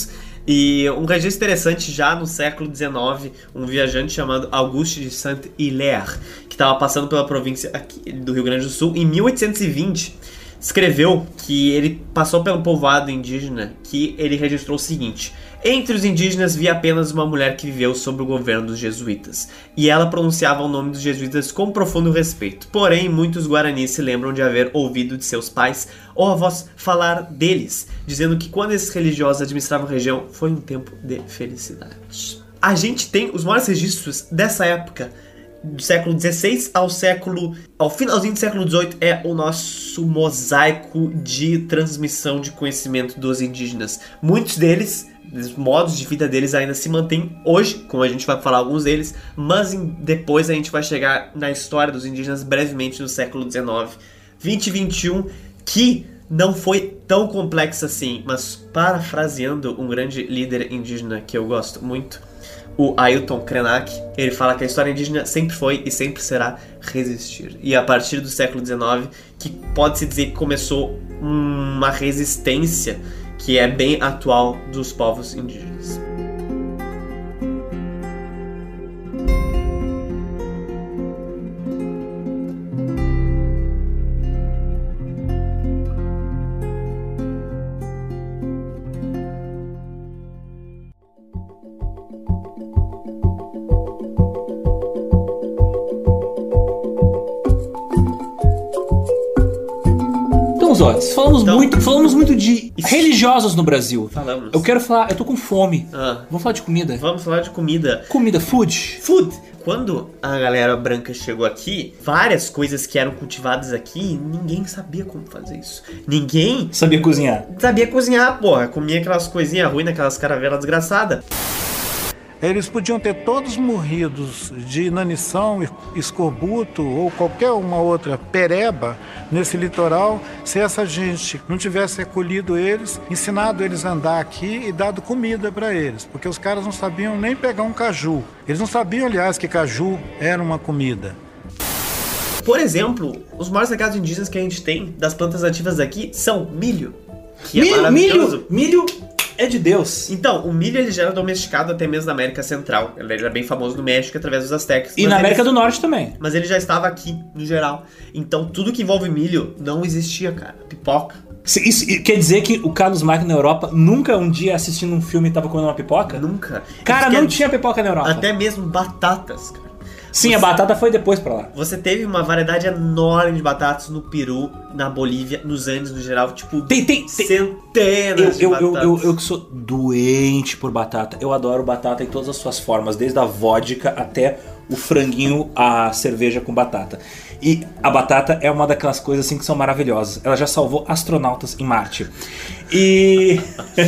E um registro interessante, já no século XIX, um viajante chamado Auguste de Saint-Hilaire, que estava passando pela província aqui do Rio Grande do Sul, em 1820, escreveu que ele passou pelo povoado indígena, que ele registrou o seguinte: entre os indígenas via apenas uma mulher que viveu sob o governo dos jesuítas, e ela pronunciava o nome dos jesuítas com profundo respeito. Porém, muitos guaranis se lembram de haver ouvido de seus pais ou avós falar deles, dizendo que quando esses religiosos administravam a região, foi um tempo de felicidade. A gente tem os maiores registros dessa época, do século XVI ao finalzinho do século XVIII, é o nosso mosaico de transmissão de conhecimento dos indígenas. Muitos deles, os modos de vida deles ainda se mantêm hoje, como a gente vai falar alguns deles, mas depois a gente vai chegar na história dos indígenas brevemente no século XIX, 20 e 21, que não foi tão complexa assim, mas parafraseando um grande líder indígena que eu gosto muito, o Ailton Krenak, ele fala que a história indígena sempre foi e sempre será resistir. E a partir do século XIX, que pode-se dizer que começou uma resistência que é bem atual dos povos indígenas. Falamos muito de religiosos no Brasil. Falamos. Eu tô com fome. Vamos falar de comida. Vamos falar de comida. Comida, food. Quando a galera branca chegou aqui, várias coisas que eram cultivadas aqui, ninguém sabia como fazer isso. Ninguém sabia cozinhar. Porra. Comia aquelas coisinhas ruins, aquelas caravelas desgraçadas. Eles podiam ter todos morridos de inanição, escorbuto ou qualquer uma outra pereba nesse litoral se essa gente não tivesse recolhido eles, ensinado eles a andar aqui e dado comida para eles, porque os caras não sabiam nem pegar um caju. Eles não sabiam, aliás, que caju era uma comida. Por exemplo, os maiores legados indígenas que a gente tem das plantas nativas aqui são milho, que é maravilhoso. Milho é de Deus. Então, o milho ele já era domesticado até mesmo na América Central. Ele era bem famoso no México através dos astecas. E na América do Norte também. Mas ele já estava aqui, no geral. Então, tudo que envolve milho não existia, cara. Pipoca. Isso quer dizer que o Carlos Magno na Europa nunca um dia assistindo um filme tava comendo uma pipoca? Nunca. Cara, não tinha pipoca na Europa. Até mesmo batatas, cara. Sim, a batata foi depois pra lá. Você teve uma variedade enorme de batatas no Peru, na Bolívia, nos Andes no geral, tipo, centenas de batatas. Eu que sou doente por batata. Eu adoro batata em todas as suas formas, desde a vodka até o franguinho, a cerveja com batata. E a batata é uma daquelas coisas assim que são maravilhosas. Ela já salvou astronautas em Marte. E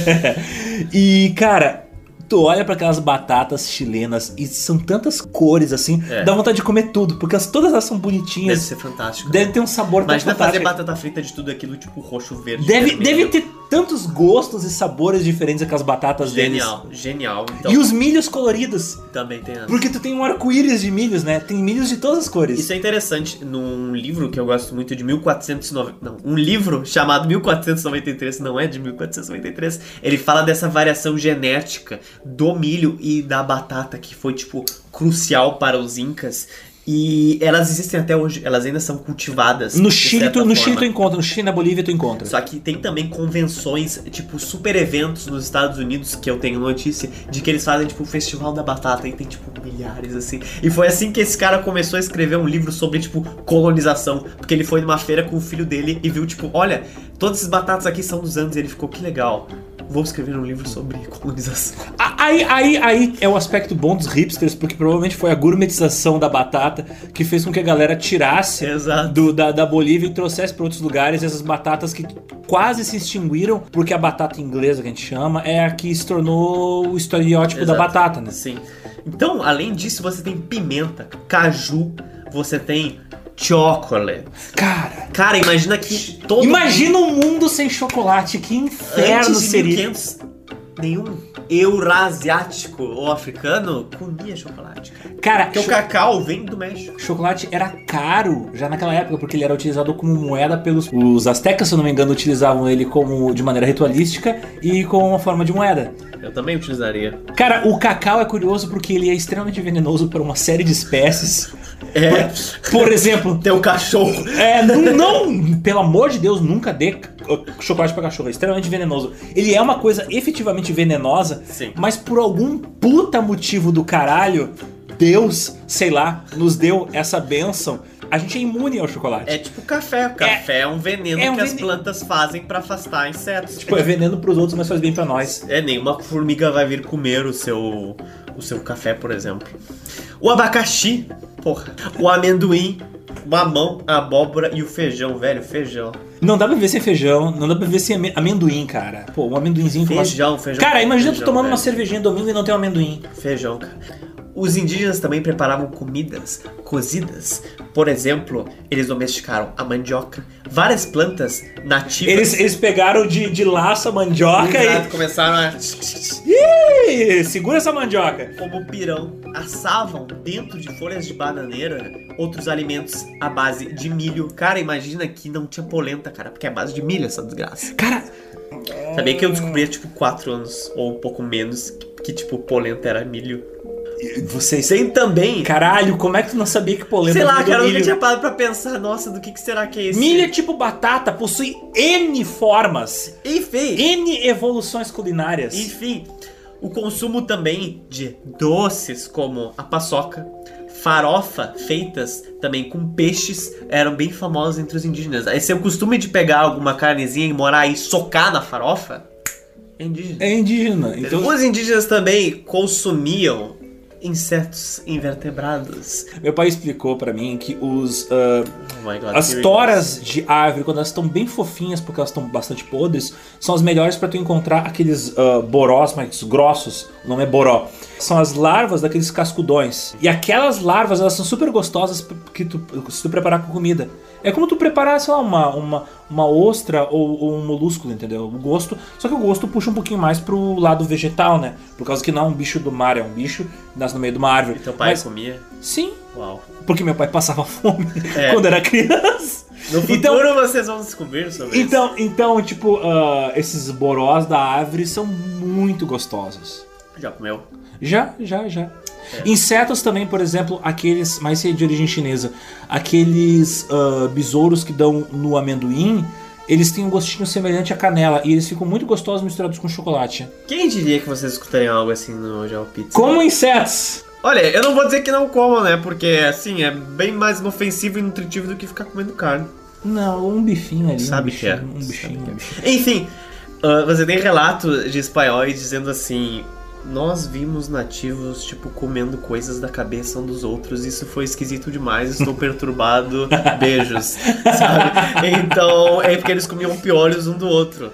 cara, tu olha pra aquelas batatas chilenas e são tantas cores assim, dá vontade de comer tudo, porque todas elas são bonitinhas. Deve ser fantástico. Deve ter um sabor tão fantástico. Imagina fazer batata frita de tudo aquilo, tipo roxo, verde, deve ter tantos gostos e sabores diferentes aquelas batatas deles. Genial. Então, e os milhos coloridos. Também tem. Porque tu tem um arco-íris de milhos, né? Tem milhos de todas as cores. Isso é interessante. Num livro que eu gosto muito de 1490... Não, um livro chamado 1493, não é de 1493, ele fala dessa variação genética do milho e da batata, que foi, tipo, crucial para os incas. E elas existem até hoje, elas ainda são cultivadas. No Chile tu encontra, no Chile e na Bolívia tu encontra. Só que tem também convenções, tipo, super eventos nos Estados Unidos, que eu tenho notícia, de que eles fazem, tipo, o Festival da Batata, e tem, tipo, milhares, assim. E foi assim que esse cara começou a escrever um livro sobre, tipo, colonização, porque ele foi numa feira com o filho dele e viu, tipo, olha, todas essas batatas aqui são dos Andes, e ele ficou, que legal. Vou escrever um livro sobre colonização. Aí é o aspecto bom dos hipsters, porque provavelmente foi a gourmetização da batata que fez com que a galera tirasse da Bolívia e trouxesse para outros lugares essas batatas que quase se extinguiram, porque a batata inglesa, que a gente chama, é a que se tornou o estereótipo da batata, né? Sim. Então, além disso, você tem pimenta, caju, você tem chocolate. Cara, imagina que Imagina um mundo sem chocolate, que inferno seria. nenhum eurasiático ou africano comia chocolate, cara. Cara, Porque o cacau vem do México. chocolate era caro já naquela época, porque ele era utilizado como moeda pelos... Os astecas, se eu não me engano, utilizavam ele como de maneira ritualística e como uma forma de moeda. Eu também utilizaria. Cara, o cacau é curioso porque ele é extremamente venenoso para uma série de espécies. Por exemplo... Teu cachorro. Não, pelo amor de Deus, nunca dê chocolate pra cachorro. É extremamente venenoso. Ele é uma coisa efetivamente venenosa, Sim. mas por algum puta motivo do caralho, Deus, sei lá, nos deu essa bênção. A gente é imune ao chocolate. É tipo café. O café é um veneno que as plantas fazem pra afastar insetos. Tipo, é veneno pros outros, mas faz bem pra nós. Nenhuma formiga vai vir comer o seu café, por exemplo. O abacaxi, porra. O amendoim, o mamão, a abóbora e o feijão, velho, feijão. Não dá pra ver sem feijão, não dá pra ver sem amendoim, cara. Pô, um amendoinzinho com Feijão. Cara, imagina tu tomando velho. uma cervejinha domingo e não ter um amendoim. Feijão, cara. Os indígenas também preparavam comidas cozidas. Por exemplo, eles domesticaram a mandioca, várias plantas nativas. Eles pegaram de laço a mandioca Exato, começaram a... e... segura essa mandioca. Como pirão, assavam dentro de folhas de bananeira outros alimentos à base de milho. Cara, imagina que não tinha polenta, cara, porque é a base de milho essa desgraça. Cara... Sabia que eu descobri há, tipo, 4 anos, ou um pouco menos, que tipo, polenta era milho. Vocês... Tem também... Caralho, como é que tu não sabia que polenta Sei lá, vinha do cara, eu nunca milho? tinha parado pra pensar, nossa, do que será que é isso? Milho é tipo batata, possui N formas, Enfim, N evoluções culinárias. o consumo também de doces como a paçoca, farofa feitas também com peixes eram bem famosos entre os indígenas. Esse é o costume de pegar alguma carnezinha e morar e socar na farofa. É indígena. É indígena. Então, Os indígenas também consumiam insetos invertebrados. meu pai explicou pra mim que Oh my God, as here it toras de árvore, quando elas estão bem fofinhas, porque elas estão bastante podres, são as melhores pra tu encontrar aqueles borós mais grossos. O nome é boró. São as larvas daqueles cascudões. E aquelas larvas, elas são super gostosas se tu preparar com comida. É como tu preparar, sei lá, uma ostra ou um molúsculo, entendeu? O gosto, só que o gosto puxa um pouquinho mais pro lado vegetal, né? Por causa que não é um bicho do mar, é um bicho que nasce no meio de uma árvore. E teu pai Mas, comia? sim, Uau. porque meu pai passava fome É. quando era criança. No futuro vocês vão descobrir sobre isso. Então, tipo, esses borós da árvore são muito gostosos. Já comeu? Já. Insetos também, por exemplo, aqueles, mais de origem chinesa, aqueles besouros que dão no amendoim, eles têm um gostinho semelhante à canela e eles ficam muito gostosos misturados com chocolate. Quem diria que vocês escutariam algo assim no Geo Pizza? Como insetos! Olha, eu não vou dizer que não comam, né? Porque, assim, é bem mais inofensivo e nutritivo do que ficar comendo carne. Não, um bifinho ali. Sabe um que é. bichinho. Enfim, você tem relatos de espanhóis dizendo assim... Nós vimos nativos, tipo, comendo coisas da cabeça um dos outros. Isso foi esquisito demais, estou perturbado. Beijos, sabe? Então, é porque eles comiam piolhos um do outro.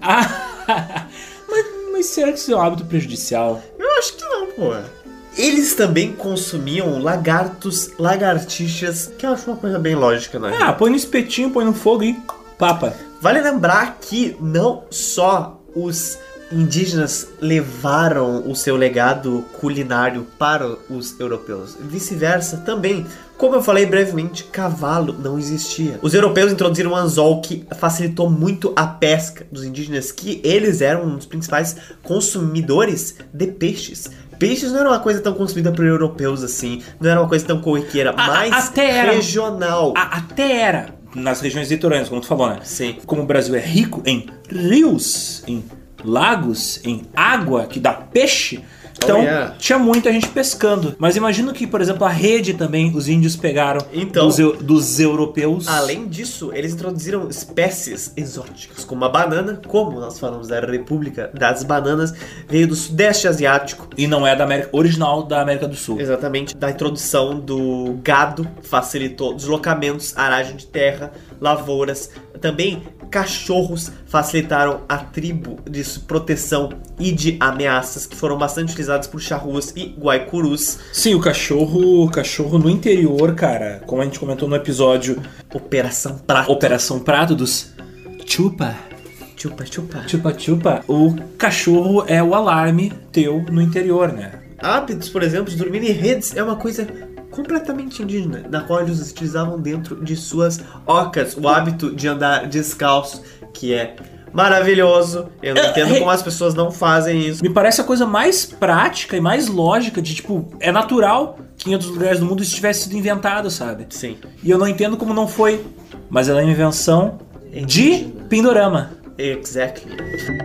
Mas será que isso é um hábito prejudicial? Eu acho que não, pô. Eles também consumiam lagartixas, que eu acho uma coisa bem lógica, né? Põe no espetinho, põe no fogo e papa. Vale lembrar que não só os indígenas levaram o seu legado culinário para os europeus. Vice-versa também. Como eu falei brevemente, cavalo não existia. Os europeus introduziram o anzol, que facilitou muito a pesca dos indígenas, que eles eram um dos principais consumidores de peixes. Peixes não era uma coisa tão consumida por europeus assim, não era uma coisa tão corriqueira, mas até era. Regional. Até era. Nas regiões litorâneas, como tu falou, né? Sim. Como o Brasil é rico em rios, em lagos, em água que dá peixe, então tinha muita gente pescando. Mas imagino que, por exemplo, a rede também os índios pegaram dos europeus. Além disso, eles introduziram espécies exóticas, como a banana, como nós falamos da República das Bananas, veio do Sudeste Asiático. E não é da América original da América do Sul. Exatamente. Da introdução do gado, facilitou deslocamentos, aragem de terra, lavouras. Também cachorros facilitaram a tribo de proteção e de ameaças, que foram bastante utilizados por charrus e guaicurus. Sim, o cachorro no interior, cara, como a gente comentou no episódio Operação Prato dos Chupa. Chupa-chupa. Chupa-chupa, o cachorro é o alarme teu no interior, né? Hábitos, por exemplo, de dormir em redes é uma coisa completamente indígena, na qual eles utilizavam dentro de suas ocas. O hábito de andar descalço, que é maravilhoso. Eu não entendo como as pessoas não fazem isso. Me parece a coisa mais prática e mais lógica de, tipo, é natural que em outros lugares do mundo isso tivesse sido inventado, sabe? Sim. E eu não entendo como não foi, mas ela é uma invenção de Pindorama. Exactly.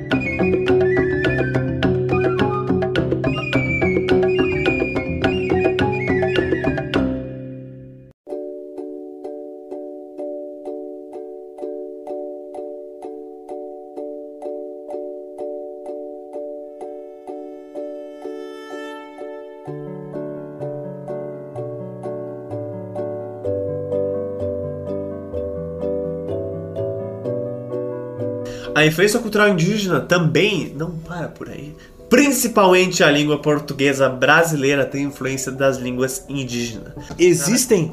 A influência cultural indígena também não para por aí. Principalmente a língua portuguesa brasileira tem influência das línguas indígenas. Existem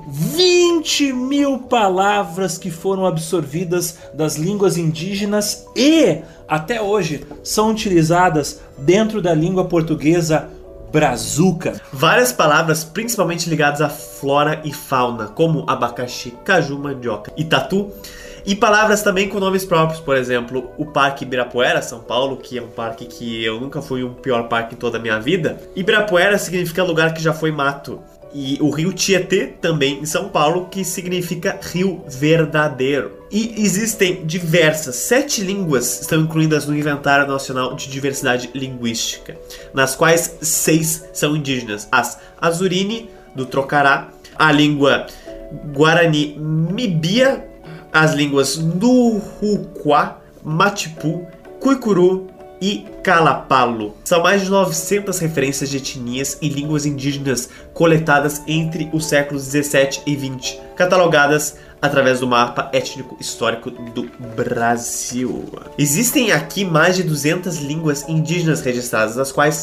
20 mil palavras que foram absorvidas das línguas indígenas e, até hoje, são utilizadas dentro da língua portuguesa brazuca. Várias palavras, principalmente ligadas à flora e fauna, como abacaxi, caju, mandioca e tatu. E palavras também com nomes próprios, por exemplo, o Parque Ibirapuera, São Paulo, que é um parque que eu nunca fui o pior parque em toda a minha vida. Ibirapuera significa lugar que já foi mato. E o rio Tietê, também em São Paulo, que significa rio verdadeiro. E existem diversas, 7 línguas estão incluídas no Inventário Nacional de Diversidade Linguística, nas quais 6 são indígenas. As Azurine, do Trocará, a língua Guarani Mibia, as línguas Nuruquá, Matipu, Cuicuru e Calapalo. São mais de 900 referências de etnias e línguas indígenas coletadas entre os séculos 17 e 20, catalogadas através do mapa étnico histórico do Brasil. Existem aqui mais de 200 línguas indígenas registradas, das quais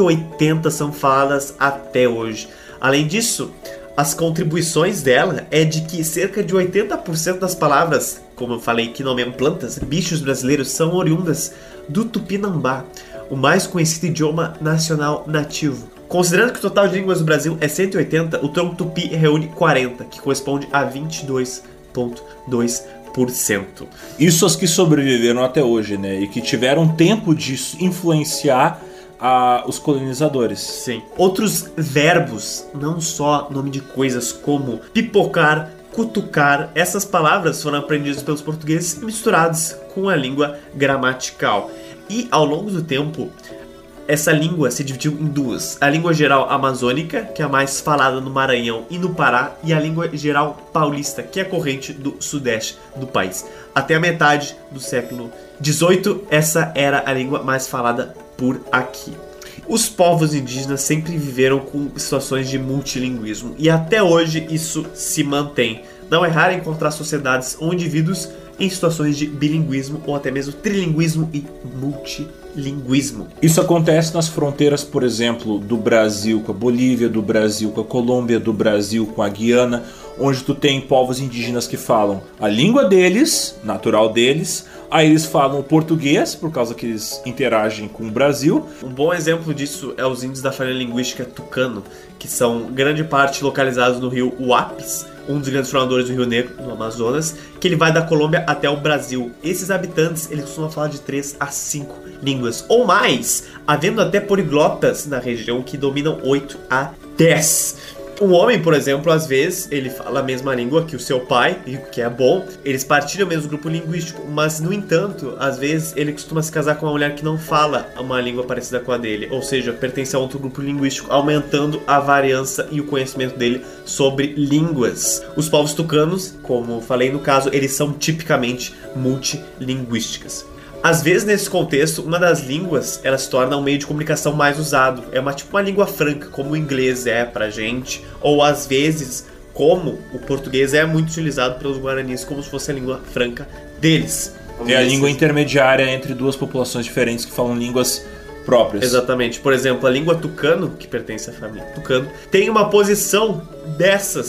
180 são faladas até hoje. Além disso, as contribuições dela é de que cerca de 80% das palavras, como eu falei, que nomeiam plantas, bichos brasileiros, são oriundas do Tupinambá, o mais conhecido idioma nacional nativo. Considerando que o total de línguas do Brasil é 180, o tronco tupi reúne 40, que corresponde a 22,2%. Isso as que sobreviveram até hoje, né? E que tiveram tempo de influenciar os colonizadores. Sim. Outros verbos, não só nome de coisas como pipocar, cutucar, essas palavras foram aprendidas pelos portugueses e misturadas com a língua gramatical. E ao longo do tempo, essa língua se dividiu em duas. A língua geral amazônica, que é a mais falada no Maranhão e no Pará, e a língua geral paulista, que é corrente do sudeste do país. Até a metade do século XVIII, essa era a língua mais falada por aqui. Os povos indígenas sempre viveram com situações de multilinguismo e até hoje isso se mantém. Não é raro encontrar sociedades ou indivíduos em situações de bilinguismo ou até mesmo trilinguismo e multilinguismo. Isso acontece nas fronteiras, por exemplo, do Brasil com a Bolívia, do Brasil com a Colômbia, do Brasil com a Guiana, onde tu tem povos indígenas que falam a língua deles, natural deles. Aí eles falam português, por causa que eles interagem com o Brasil. Um bom exemplo disso é os índios da família linguística tucano, que são grande parte localizados no rio Uapes, um dos grandes formadores do Rio Negro, no Amazonas, que ele vai da Colômbia até o Brasil. Esses habitantes, eles costumam falar de 3 a 5 línguas, ou mais, havendo até poliglotas na região que dominam 8 a 10. Um homem, por exemplo, às vezes, ele fala a mesma língua que o seu pai, e o que é bom, eles partilham o mesmo grupo linguístico, mas, no entanto, às vezes, ele costuma se casar com uma mulher que não fala uma língua parecida com a dele, ou seja, pertence a outro grupo linguístico, aumentando a variância e o conhecimento dele sobre línguas. Os povos tucanos, como falei no caso, eles são tipicamente multilinguísticas. Às vezes, nesse contexto, uma das línguas ela se torna um meio de comunicação mais usado. É tipo uma língua franca, como o inglês é pra gente, ou às vezes, como o português é muito utilizado pelos guaranis, como se fosse a língua franca deles. É a língua intermediária entre duas populações diferentes que falam línguas próprias. Exatamente. Por exemplo, a língua tucano, que pertence à família tucano, tem uma posição dessas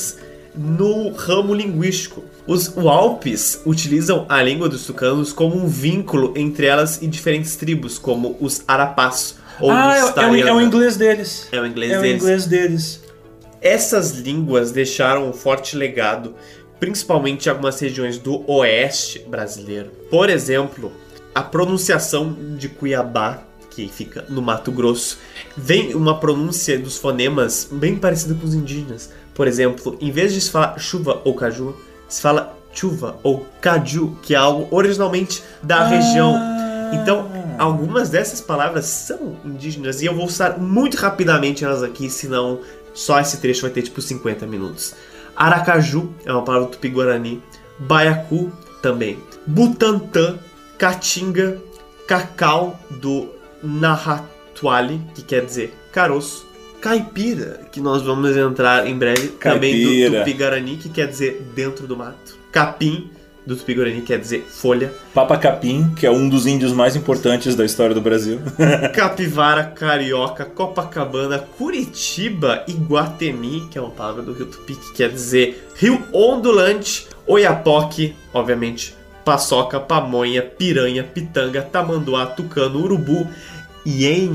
no ramo linguístico. Os Walpis utilizam a língua dos tucanos como um vínculo entre elas e diferentes tribos, como os Arapás ou os Tariana. É o inglês deles. É o inglês É o deles. inglês deles. Essas línguas deixaram um forte legado, principalmente em algumas regiões do oeste brasileiro. Por exemplo, a pronunciação de Cuiabá, que fica no Mato Grosso, vem uma pronúncia dos fonemas bem parecida com os indígenas. Por exemplo, em vez de se falar chuva ou caju, se fala chuva ou caju, que é algo originalmente da região. Então, algumas dessas palavras são indígenas e eu vou usar muito rapidamente elas aqui, senão só esse trecho vai ter tipo 50 minutos. Aracaju é uma palavra do Tupi-Guarani. Baiacu também. Butantã, Caatinga, Cacau do Nahatwali, que quer dizer caroço. Caipira, que nós vamos entrar em breve, também do Tupi-Guarani, que quer dizer dentro do mato. Capim, do Tupi-Guarani, quer dizer folha. Papacapim, que é um dos índios mais importantes da história do Brasil. Capivara, Carioca, Copacabana, Curitiba e Guatemi, que é uma palavra do Rio Tupi, que quer dizer rio ondulante. Oiapoque, obviamente, paçoca, pamonha, piranha, pitanga, tamanduá, tucano, urubu. Ien,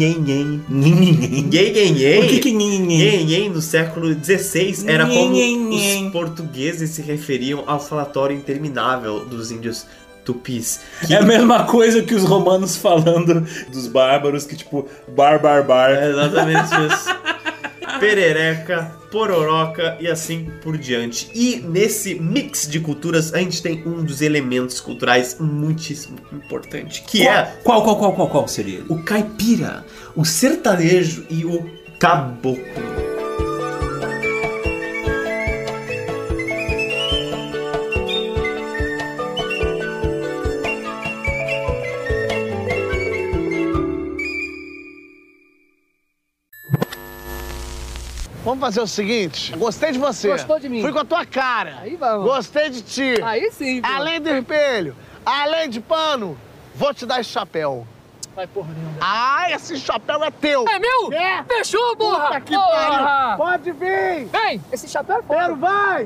no século XVI era como os portugueses se referiam ao falatório interminável dos índios tupis. É a mesma coisa que os romanos falando dos bárbaros, que tipo, bar. É exatamente isso. Perereca, pororoca e assim por diante. E nesse mix de culturas a gente tem um dos elementos culturais muitíssimo importante, que Qual seria ele? o caipira, o sertanejo e o caboclo. Vamos fazer o seguinte, gostei de você. Gostou de mim? Fui com a tua cara. Aí vamos. Gostei de ti. Aí sim, pô. Além do espelho, além de pano, vou te dar esse chapéu. Vai, porra nenhuma. Ah, esse chapéu é teu. É meu? É. Fechou, porra! Puta que Porra! pariu. Pode vir. Vem! Esse chapéu é foda. Pedro, vai.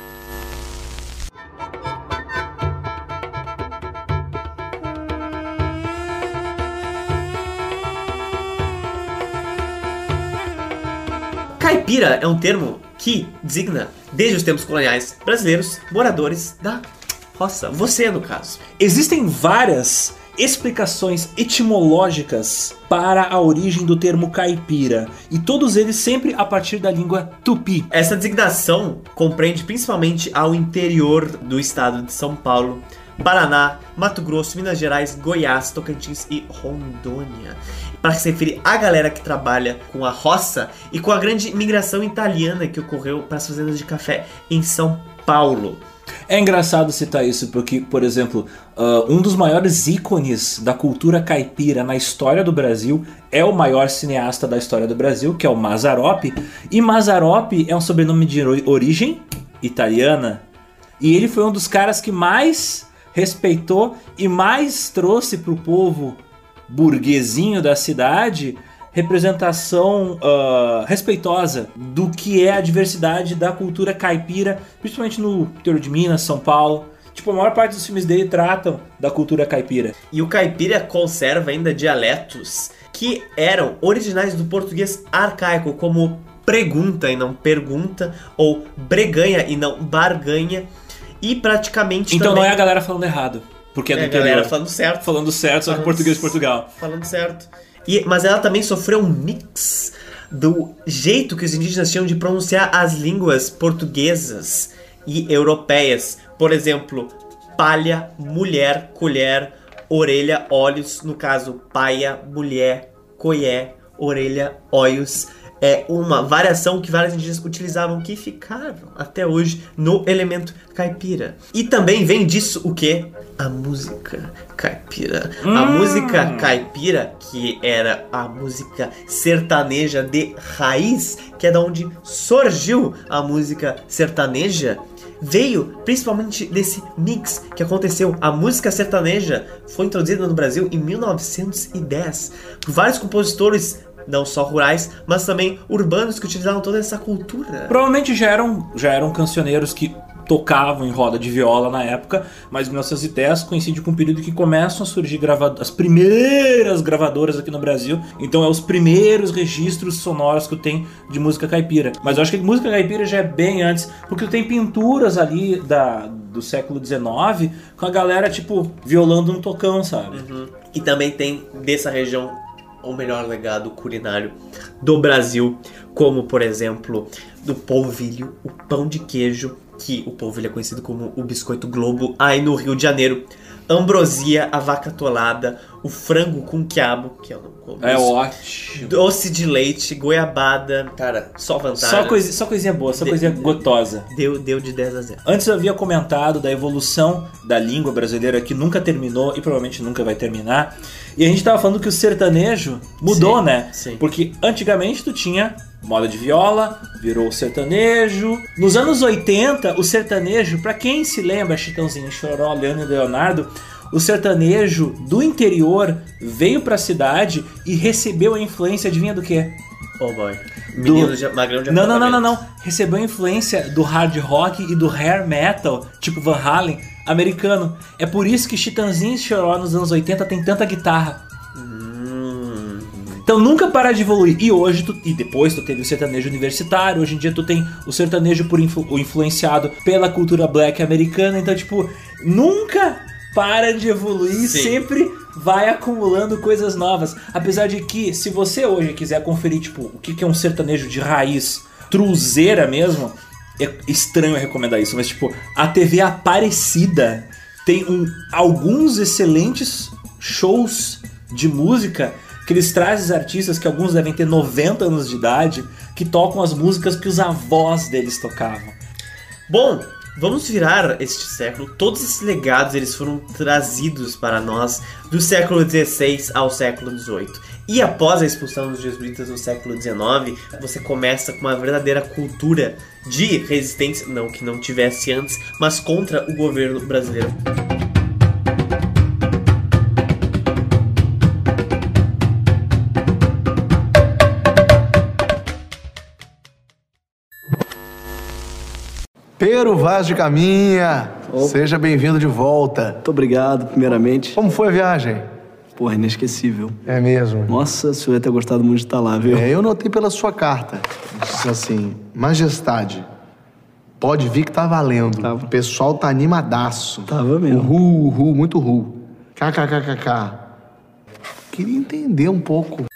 Caipira é um termo que designa, desde os tempos coloniais brasileiros, moradores da roça. Você, no caso. Existem várias explicações etimológicas para a origem do termo caipira, e todos eles sempre a partir da língua tupi. Essa designação compreende principalmente ao interior do estado de São Paulo, Paraná, Mato Grosso, Minas Gerais, Goiás, Tocantins e Rondônia. Para se referir à galera que trabalha com a roça e com a grande migração italiana que ocorreu para as fazendas de café em São Paulo. É engraçado citar isso porque, por exemplo, um dos maiores ícones da cultura caipira na história do Brasil é o maior cineasta da história do Brasil, que é o Mazzaropi. E Mazzaropi é um sobrenome de origem italiana. E ele foi um dos caras que mais respeitou e mais trouxe para o povo burguesinho da cidade representação respeitosa do que é a diversidade da cultura caipira, principalmente no interior de Minas, São Paulo. Tipo, a maior parte dos filmes dele tratam da cultura caipira. E o caipira conserva ainda dialetos que eram originais do português arcaico, como pregunta e não pergunta, ou breganha e não barganha, e praticamente então também... não é a galera falando errado, porque é do interior. A galera falando certo. Falando certo, só que português de Portugal. Falando certo. Mas ela também sofreu um mix do jeito que os indígenas tinham de pronunciar as línguas portuguesas e europeias. Por exemplo, palha, mulher, colher, orelha, olhos. No caso, paia, mulher, coié, orelha, olhos. É uma variação que vários indígenas utilizavam, que ficaram até hoje no elemento caipira. E também vem disso o quê? A música caipira. A música caipira, que era a música sertaneja de raiz, que é da onde surgiu a música sertaneja, veio principalmente desse mix que aconteceu. A música sertaneja foi introduzida no Brasil em 1910 por vários compositores não só rurais, mas também urbanos que utilizavam toda essa cultura. Provavelmente já eram cancioneiros que tocavam em roda de viola na época, mas 1910 coincide com o período que começam a surgir as primeiras gravadoras aqui no Brasil. Então é os primeiros registros sonoros que tu tem de música caipira. Mas eu acho que música caipira já é bem antes, porque tu tem pinturas ali do século XIX com a galera, tipo, violando um tocão, sabe? E também tem dessa região o melhor legado culinário do Brasil, como, por exemplo, do polvilho, o pão de queijo, que o polvilho é conhecido como o biscoito Globo, aí no Rio de Janeiro. Ambrosia, a vaca atolada, o frango com quiabo, que é ótimo. Doce de leite, goiabada, cara, só vantagem. Só coisinha boa, só coisinha gotosa. Deu de 10 a 0. Antes eu havia comentado da evolução da língua brasileira que nunca terminou e provavelmente nunca vai terminar. E a gente tava falando que o sertanejo mudou, né? Sim. Porque antigamente tu tinha moda de viola, virou sertanejo. Nos anos 80, o sertanejo, pra quem se lembra, Chitãozinho, Choró, Leandro e Leonardo, o sertanejo do interior veio pra cidade e recebeu a influência, adivinha do quê? Oh boy. Menino magrão de Não. apartamento. Recebeu a influência do hard rock e do hair metal, tipo Van Halen, americano. É por isso que Chitãozinho e Choró nos anos 80 tem tanta guitarra. Então nunca para de evoluir. E depois tu teve o sertanejo universitário. Hoje em dia tu tem o sertanejo influenciado pela cultura black americana. Então, tipo, nunca para de evoluir. Sim. Sempre vai acumulando coisas novas. Apesar de que, se você hoje quiser conferir, tipo, o que é um sertanejo de raiz, truzeira mesmo, é estranho eu recomendar isso, mas tipo, a TV Aparecida tem alguns excelentes shows de música que eles trazem os artistas, que alguns devem ter 90 anos de idade, que tocam as músicas que os avós deles tocavam. Bom, vamos virar este século. Todos esses legados eles foram trazidos para nós do século XVI ao século XVIII. E após a expulsão dos jesuítas no século XIX, você começa com uma verdadeira cultura de resistência, não que não tivesse antes, mas contra o governo brasileiro. Pero Vaz de Caminha, seja bem-vindo de volta. Muito obrigado, primeiramente. Como foi a viagem? Porra, inesquecível. É mesmo? Nossa, o senhor ia ter gostado muito de estar lá, viu? Eu notei pela sua carta. Disse assim, majestade, pode vir que tá valendo. Tava. O pessoal tá animadaço. Tava mesmo. Uhul, muito ru. KKKKK. Queria entender um pouco.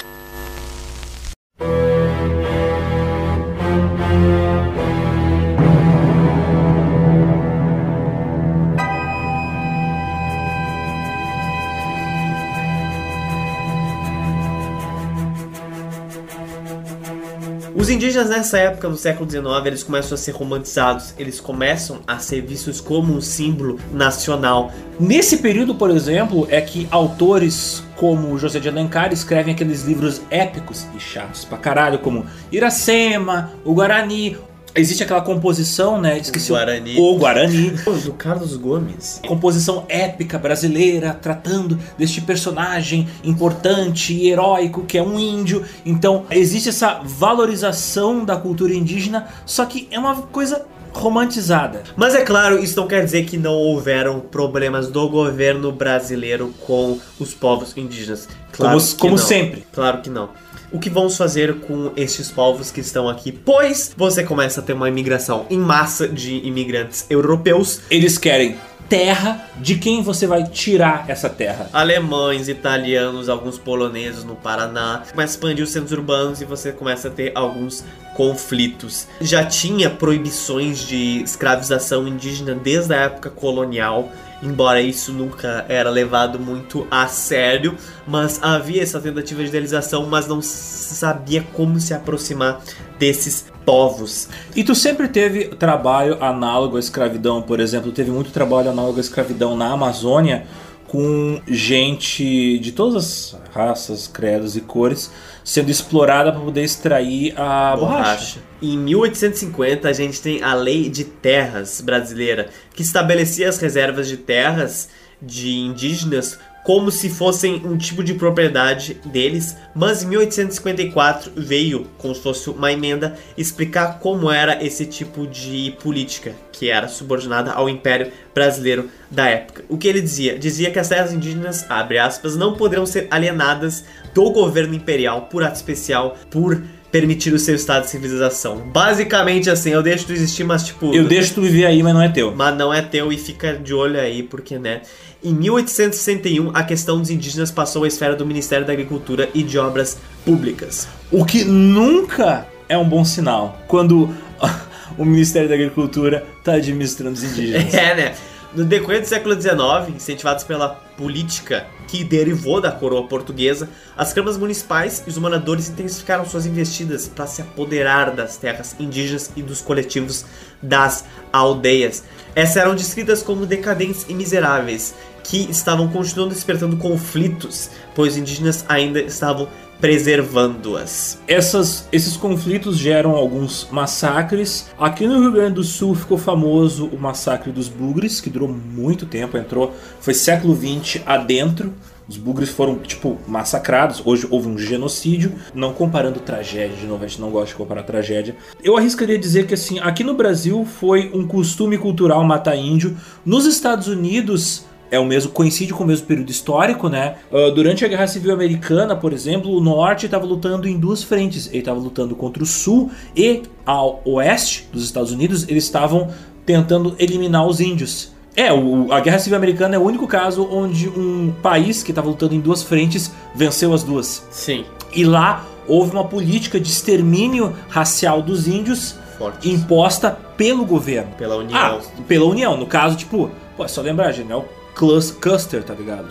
Os indígenas nessa época do século XIX, eles começam a ser romantizados, eles começam a ser vistos como um símbolo nacional. Nesse período, por exemplo, é que autores como José de Alencar escrevem aqueles livros épicos e chatos pra caralho, como Iracema, o Guarani. Existe aquela composição, né? Esqueci o Guarani. Do Carlos Gomes. Composição épica brasileira, tratando deste personagem importante e heróico que é um índio. Então existe essa valorização da cultura indígena, só que é uma coisa romantizada. Mas é claro, isso não quer dizer que não houveram problemas do governo brasileiro com os povos indígenas. Claro Como sempre. Claro que não. O que vamos fazer com estes povos que estão aqui? Pois você começa a ter uma imigração em massa de imigrantes europeus. Eles querem terra. De quem você vai tirar essa terra? Alemães, italianos, alguns poloneses no Paraná. Começa a expandir os centros urbanos e você começa a ter alguns conflitos. Já tinha proibições de escravização indígena desde a época colonial, embora isso nunca era levado muito a sério, mas havia essa tentativa de idealização, mas não se sabia como se aproximar desses povos. E tu sempre teve trabalho análogo à escravidão, por exemplo, teve muito trabalho análogo à escravidão na Amazônia, com gente de todas as raças, credos e cores sendo explorada para poder extrair a borracha. Em 1850 a gente tem a Lei de Terras brasileira, que estabelecia as reservas de terras de indígenas como se fossem um tipo de propriedade deles, mas em 1854 veio, como se fosse uma emenda, explicar como era esse tipo de política, que era subordinada ao Império Brasileiro da época. O que ele dizia? Dizia que as terras indígenas, abre aspas, não poderiam ser alienadas do governo imperial por ato especial, por permitir o seu estado de civilização. Basicamente assim, eu deixo tu existir, mas tipo... Eu deixo tu viver aí, mas não é teu. Mas não é teu e fica de olho aí, porque, né? Em 1861, a questão dos indígenas passou à esfera do Ministério da Agricultura e de Obras Públicas. O que nunca é um bom sinal quando o Ministério da Agricultura tá administrando os indígenas. É, né? No decorrer do século XIX, incentivados pela política que derivou da coroa portuguesa, as câmaras municipais e os moradores intensificaram suas investidas para se apoderar das terras indígenas e dos coletivos das aldeias. Essas eram descritas como decadentes e miseráveis, que estavam continuando despertando conflitos, pois os indígenas ainda estavam preservando-as. Esses conflitos geram alguns massacres. Aqui no Rio Grande do Sul ficou famoso o massacre dos bugres, que durou muito tempo, foi século XX adentro. Os bugres foram, massacrados. Hoje houve um genocídio. Não comparando tragédia, de novo, a gente não gosta de comparar tragédia. Eu arriscaria dizer que, assim, aqui no Brasil foi um costume cultural matar índio. Nos Estados Unidos coincide com o mesmo período histórico, né? Durante a Guerra Civil Americana, por exemplo, o Norte estava lutando em duas frentes. Ele estava lutando contra o Sul e ao Oeste dos Estados Unidos, eles estavam tentando eliminar os índios. A Guerra Civil Americana é o único caso onde um país que estava lutando em duas frentes venceu as duas. Sim. E lá houve uma política de extermínio racial dos índios imposta pelo governo. Pela União. Pela União. No caso, é só lembrar, General Custer, tá ligado?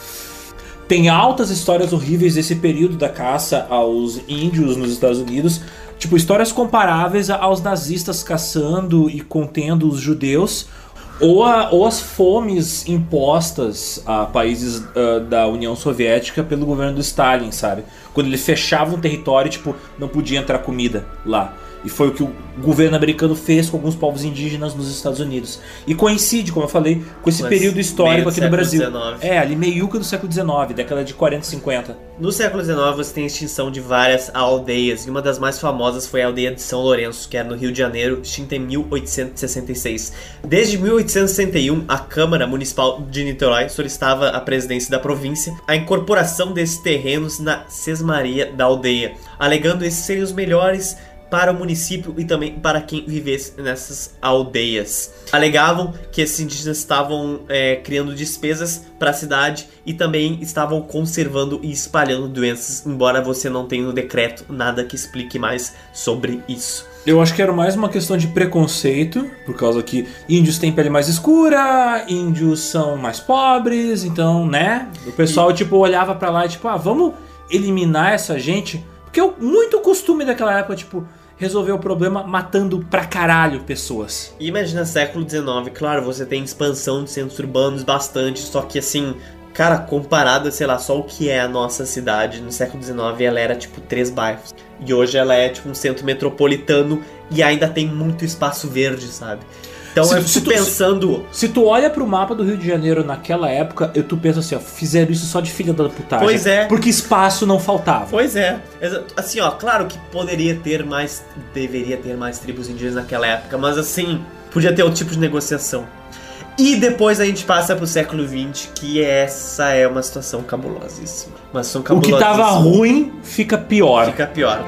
Tem altas histórias horríveis desse período da caça aos índios nos Estados Unidos. Histórias comparáveis aos nazistas caçando e contendo os judeus. Ou as fomes impostas a países da União Soviética pelo governo do Stalin, sabe? Quando ele fechava um território, não podia entrar comida lá. E foi o que o governo americano fez com alguns povos indígenas nos Estados Unidos. E coincide, como eu falei, com esse período histórico aqui no Brasil. Ali meiuca do século XIX, década de 40 e 50. No século XIX você tem a extinção de várias aldeias, e uma das mais famosas foi a aldeia de São Lourenço, que era no Rio de Janeiro, extinta em 1866. Desde 1861, a Câmara Municipal de Niterói solicitava à presidência da província a incorporação desses terrenos na sesmaria da aldeia, alegando esses serem os melhores para o município e também para quem vivesse nessas aldeias. Alegavam que esses indígenas estavam criando despesas para a cidade e também estavam conservando e espalhando doenças, embora você não tenha no decreto nada que explique mais sobre isso. Eu acho que era mais uma questão de preconceito, por causa que índios têm pele mais escura, índios são mais pobres, então, né? O pessoal, olhava pra lá e, vamos eliminar essa gente. Porque muito costume daquela época, resolver o problema matando pra caralho pessoas. E imagina século XIX, claro, você tem expansão de centros urbanos bastante, só que assim, cara, comparado, sei lá, só o que é a nossa cidade, no século XIX ela era 3 bairros. E hoje ela é um centro metropolitano e ainda tem muito espaço verde, sabe? Então eu fico pensando... Se tu olha pro mapa do Rio de Janeiro naquela época, tu pensa assim, fizeram isso só de filha da putagem. Pois é. Porque espaço não faltava. Pois é. Assim, claro que deveria ter mais tribos indígenas naquela época, mas assim, podia ter outro tipo de negociação. E depois a gente passa pro século XX, que essa é uma situação cabulosíssima. Uma situação cabulosíssima. O que tava ruim fica pior. Fica pior.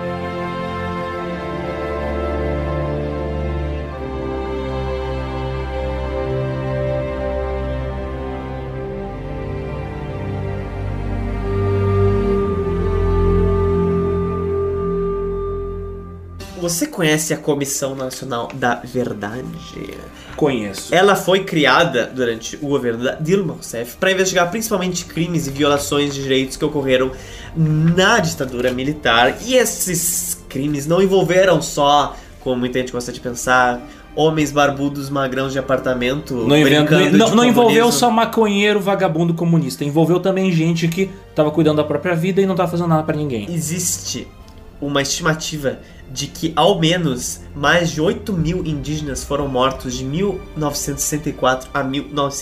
Você conhece a Comissão Nacional da Verdade? Conheço. Ela foi criada durante o governo da Dilma Rousseff para investigar principalmente crimes e violações de direitos que ocorreram na ditadura militar. E esses crimes não envolveram só, como muita gente gosta de pensar, homens barbudos magrãos de apartamento. Não envolveu só maconheiro vagabundo comunista. Envolveu também gente que tava cuidando da própria vida e não tava fazendo nada pra ninguém. Existe uma estimativa de que ao menos mais de 8 mil indígenas foram mortos de 1964 a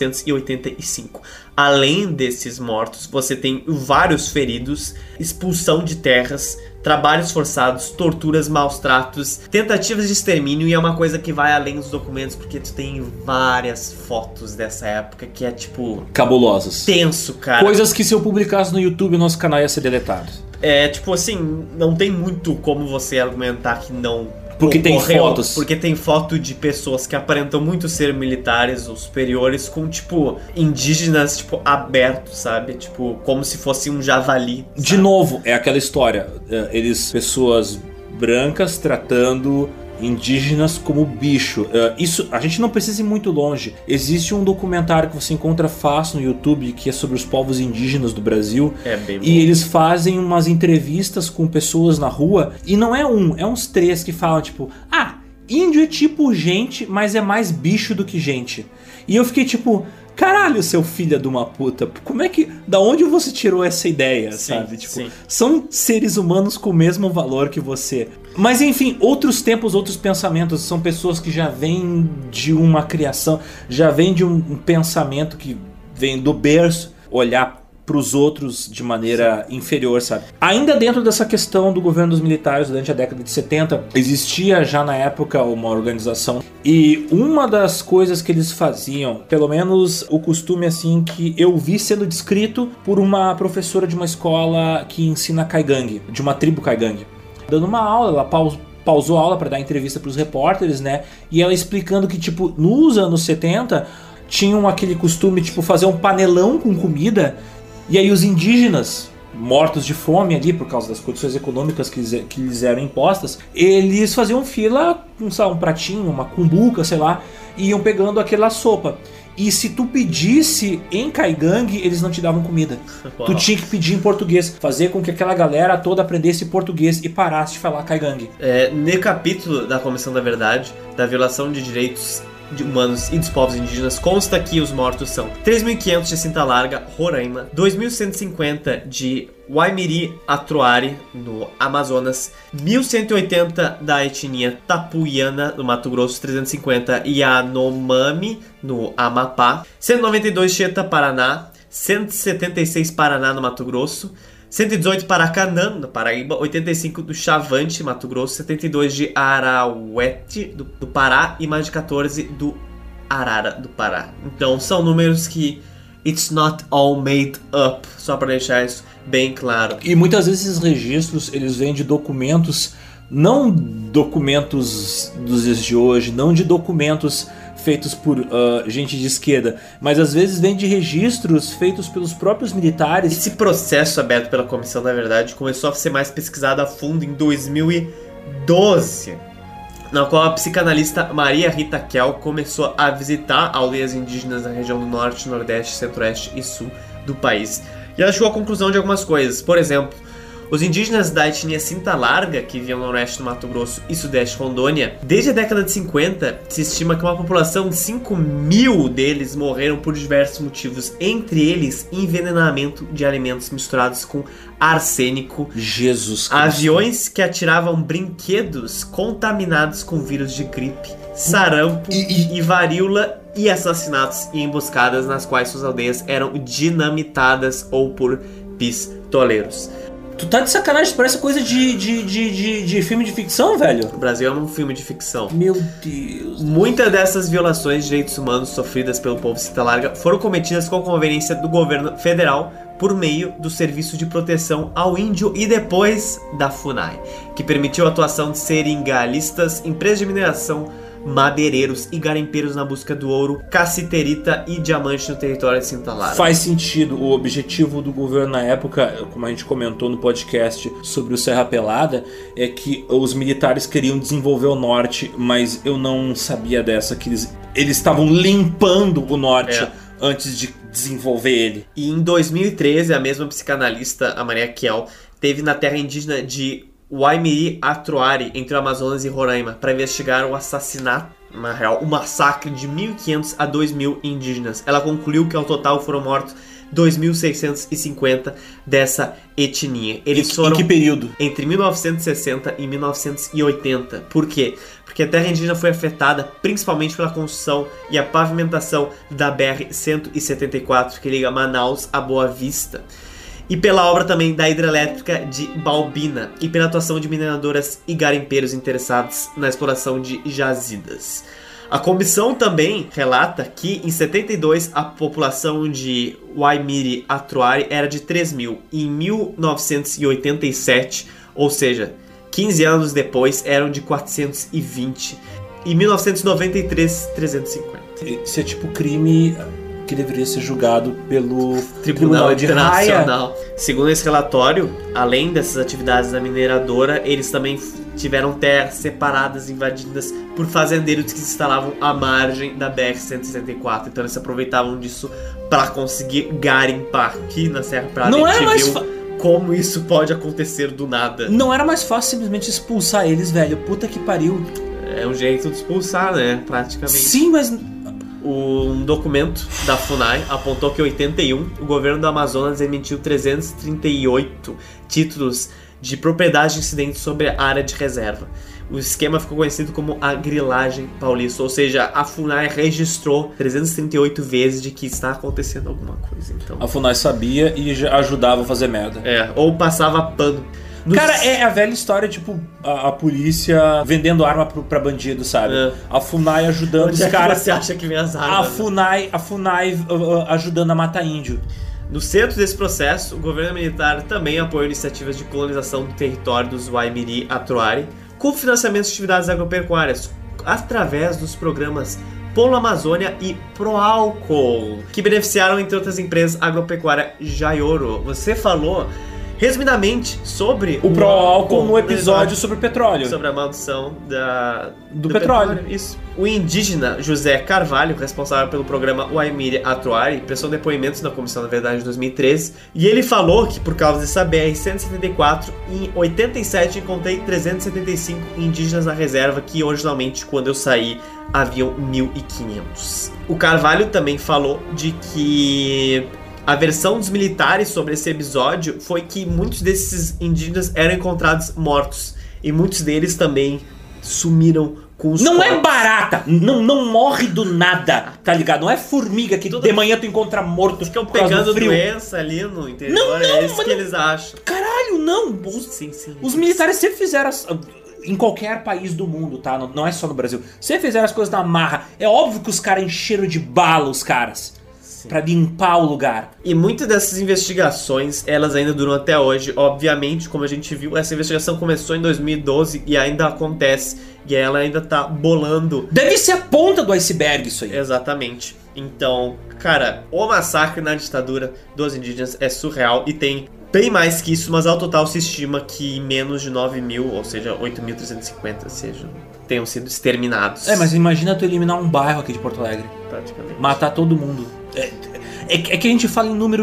1985. Além desses mortos, você tem vários feridos, expulsão de terras, trabalhos forçados, torturas, maus tratos, tentativas de extermínio, e é uma coisa que vai além dos documentos, porque tu tem várias fotos dessa época que é tipo... cabulosas. Tenso, cara. Coisas que se eu publicasse no YouTube, nosso canal ia ser deletado. É, tipo assim, não tem muito como você argumentar que não Porque tem ocorreu, fotos. Porque tem foto de pessoas que aparentam muito ser militares ou superiores com, tipo, indígenas, tipo, abertos, sabe? Tipo, como se fosse um javali, sabe? De novo, é aquela história. Pessoas brancas tratando indígenas como bicho. Isso, a gente não precisa ir muito longe. Existe um documentário que você encontra fácil no YouTube, que é sobre os povos indígenas do Brasil. É bem bom. E eles fazem umas entrevistas com pessoas na rua, e não é uns 3 que falam tipo, índio é tipo gente, mas é mais bicho do que gente. E eu fiquei tipo, caralho, seu filho de uma puta, como é que... da onde você tirou essa ideia, sabe? Tipo, sim. São seres humanos com o mesmo valor que você. Mas enfim, outros tempos, outros pensamentos. São pessoas que já vêm de uma criação, já vêm de um pensamento que vem do berço, olhar pros outros de maneira inferior, sabe? Ainda dentro dessa questão do governo dos militares durante a década de 70, existia já na época uma organização, e uma das coisas que eles faziam, pelo menos o costume assim que eu vi sendo descrito por uma professora de uma escola que ensina Kaigang, de uma tribo Kaigang, dando uma aula, ela pausou a aula para dar entrevista pros repórteres, né? E ela explicando que, tipo, nos anos 70 tinham aquele costume, tipo, fazer um panelão com comida. E aí os indígenas, mortos de fome ali por causa das condições econômicas que lhes eram impostas, eles faziam fila com, sei lá, um pratinho, uma cumbuca, sei lá, e iam pegando aquela sopa. E se tu pedisse em Kaigang, eles não te davam comida. Uau. Tu tinha que pedir em português, fazer com que aquela galera toda aprendesse português e parasse de falar Kaigang. No capítulo da Comissão da Verdade, da violação de direitos humanos e dos povos indígenas, consta que os mortos são 3.500 de Cinta Larga, Roraima, 2.150 de Waimiri-Atuari, no Amazonas, 1.180 da etnia Tapuiana, no Mato Grosso, 350 Yanomami, no Amapá, 192 Cheta, Paraná, 176 Paraná, no Mato Grosso, 118 Paracanã, no Paraíba, 85 do Chavante, Mato Grosso, 72 de Arauete, do Pará, e mais de 14 do Arara, do Pará. Então são números que it's not all made up, só para deixar isso bem claro. E muitas vezes esses registros, eles vêm de documentos, não documentos dos dias de hoje, não de documentos feitos por gente de esquerda, mas às vezes vem de registros feitos pelos próprios militares. Esse processo aberto pela Comissão da Verdade começou a ser mais pesquisado a fundo em 2012, na qual a psicanalista Maria Rita Kell começou a visitar aldeias indígenas na região do Norte, Nordeste, Centro-Oeste e Sul do país. E ela chegou à conclusão de algumas coisas. Por exemplo, os indígenas da etnia Cinta Larga, que viviam no Noroeste do Mato Grosso e Sudeste Rondônia, desde a década de 50, se estima que uma população de 5.000 deles morreram por diversos motivos, entre eles envenenamento de alimentos misturados com arsênico, Jesus Cristo. Aviões que atiravam brinquedos contaminados com vírus de gripe, sarampo e varíola, e assassinatos e emboscadas nas quais suas aldeias eram dinamitadas ou por pistoleiros. Tu tá de sacanagem, parece coisa de filme de ficção, velho. O Brasil é um filme de ficção. Meu Deus. Muitas dessas violações de direitos humanos sofridas pelo povo Cinta Larga foram cometidas com a conveniência do governo federal por meio do Serviço de Proteção ao Índio e depois da FUNAI, que permitiu a atuação de seringalistas, empresas de mineração, madeireiros e garimpeiros na busca do ouro, cassiterita e diamante no território de Cinta Larga. Faz sentido. O objetivo do governo na época, como a gente comentou no podcast sobre o Serra Pelada, é que os militares queriam desenvolver o norte, mas eu não sabia dessa, que eles estavam limpando o norte antes de desenvolver ele. E em 2013, a mesma psicanalista, a Maria Kell, esteve na terra indígena de Waimiri-Atuari, entre o Amazonas e Roraima, para investigar o assassinato na real, um massacre de 1.500 a 2.000 indígenas. Ela concluiu que ao total foram mortos 2.650 dessa etnia. Eles foram... Em que período? Entre 1960 e 1980. Por quê? Porque a terra indígena foi afetada principalmente pela construção e a pavimentação da BR-174, que liga Manaus a Boa Vista, e pela obra também da hidrelétrica de Balbina, e pela atuação de mineradoras e garimpeiros interessados na exploração de jazidas. A comissão também relata que em 72 a população de Waimiri Atuari era de 3.000. Em 1987, ou seja, 15 anos depois, eram de 420. Em 1993, 350. Isso é tipo crime que deveria ser julgado pelo Tribunal de Haia. Internacional. Segundo esse relatório, além dessas atividades da mineradora, eles também tiveram terras separadas, invadidas por fazendeiros que se instalavam à margem da BR-164. Então eles se aproveitavam disso para conseguir garimpar aqui na Serra Prada. Não a era gente mais viu como isso pode acontecer do nada. Não era mais fácil simplesmente expulsar eles, velho? Puta que pariu. É um jeito de expulsar, né? Praticamente. Sim, mas... Um documento da FUNAI apontou que em 81 o governo do Amazonas emitiu 338 títulos de propriedade incidente sobre a área de reserva. O esquema ficou conhecido como a grilagem paulista, ou seja, a FUNAI registrou 338 vezes de que está acontecendo alguma coisa. Então, a FUNAI sabia e ajudava a fazer merda. Ou passava pano. Cara, é a velha história, tipo, a polícia vendendo arma pra bandido, sabe? A FUNAI ajudando os caras. Você acha que vem as armas? A FUNAI ajudando a matar índio. No centro desse processo, o governo militar também apoiou iniciativas de colonização do território dos Waimiri Atuari, com financiamento de atividades agropecuárias, através dos programas Polo Amazônia e Proálcool, que beneficiaram, entre outras empresas, a agropecuária Jaioro. Você falou resumidamente sobre o Proálcool no episódio sobre petróleo. Sobre a maldição do petróleo. Isso. O indígena José Carvalho, responsável pelo programa Waimiri Atuari, prestou depoimentos na comissão, na verdade, em 2013. E ele falou que, por causa dessa BR-174, em 87 encontrei 375 indígenas na reserva, que originalmente, quando eu saí, haviam 1.500. O Carvalho também falou de que a versão dos militares sobre esse episódio foi que muitos desses indígenas eram encontrados mortos. E muitos deles também sumiram com os Não corpos. é barata, não morre do nada, tá ligado? Não é formiga que de manhã tu encontra morto. Ficam por causa pegando do frio. doença ali no interior, é isso que eles acham. Caralho, não. Sim. Os militares sempre fizeram... Em qualquer país do mundo, tá? Não é só no Brasil. Sempre fizeram as coisas na marra. É óbvio que os caras encheram de bala os caras. Pra limpar o lugar. E muitas dessas investigações, elas ainda duram até hoje. Obviamente, como a gente viu, essa investigação começou em 2012 e ainda acontece. E ela ainda tá bolando. Deve ser a ponta do iceberg isso aí. Exatamente. Então, cara, o massacre na ditadura dos indígenas é surreal e tem bem mais que isso, mas ao total se estima que menos de 9.000, ou seja, 8.350 tenham sido exterminados. Mas imagina tu eliminar um bairro aqui de Porto Alegre. Praticamente. Matar todo mundo. É que a gente fala em número.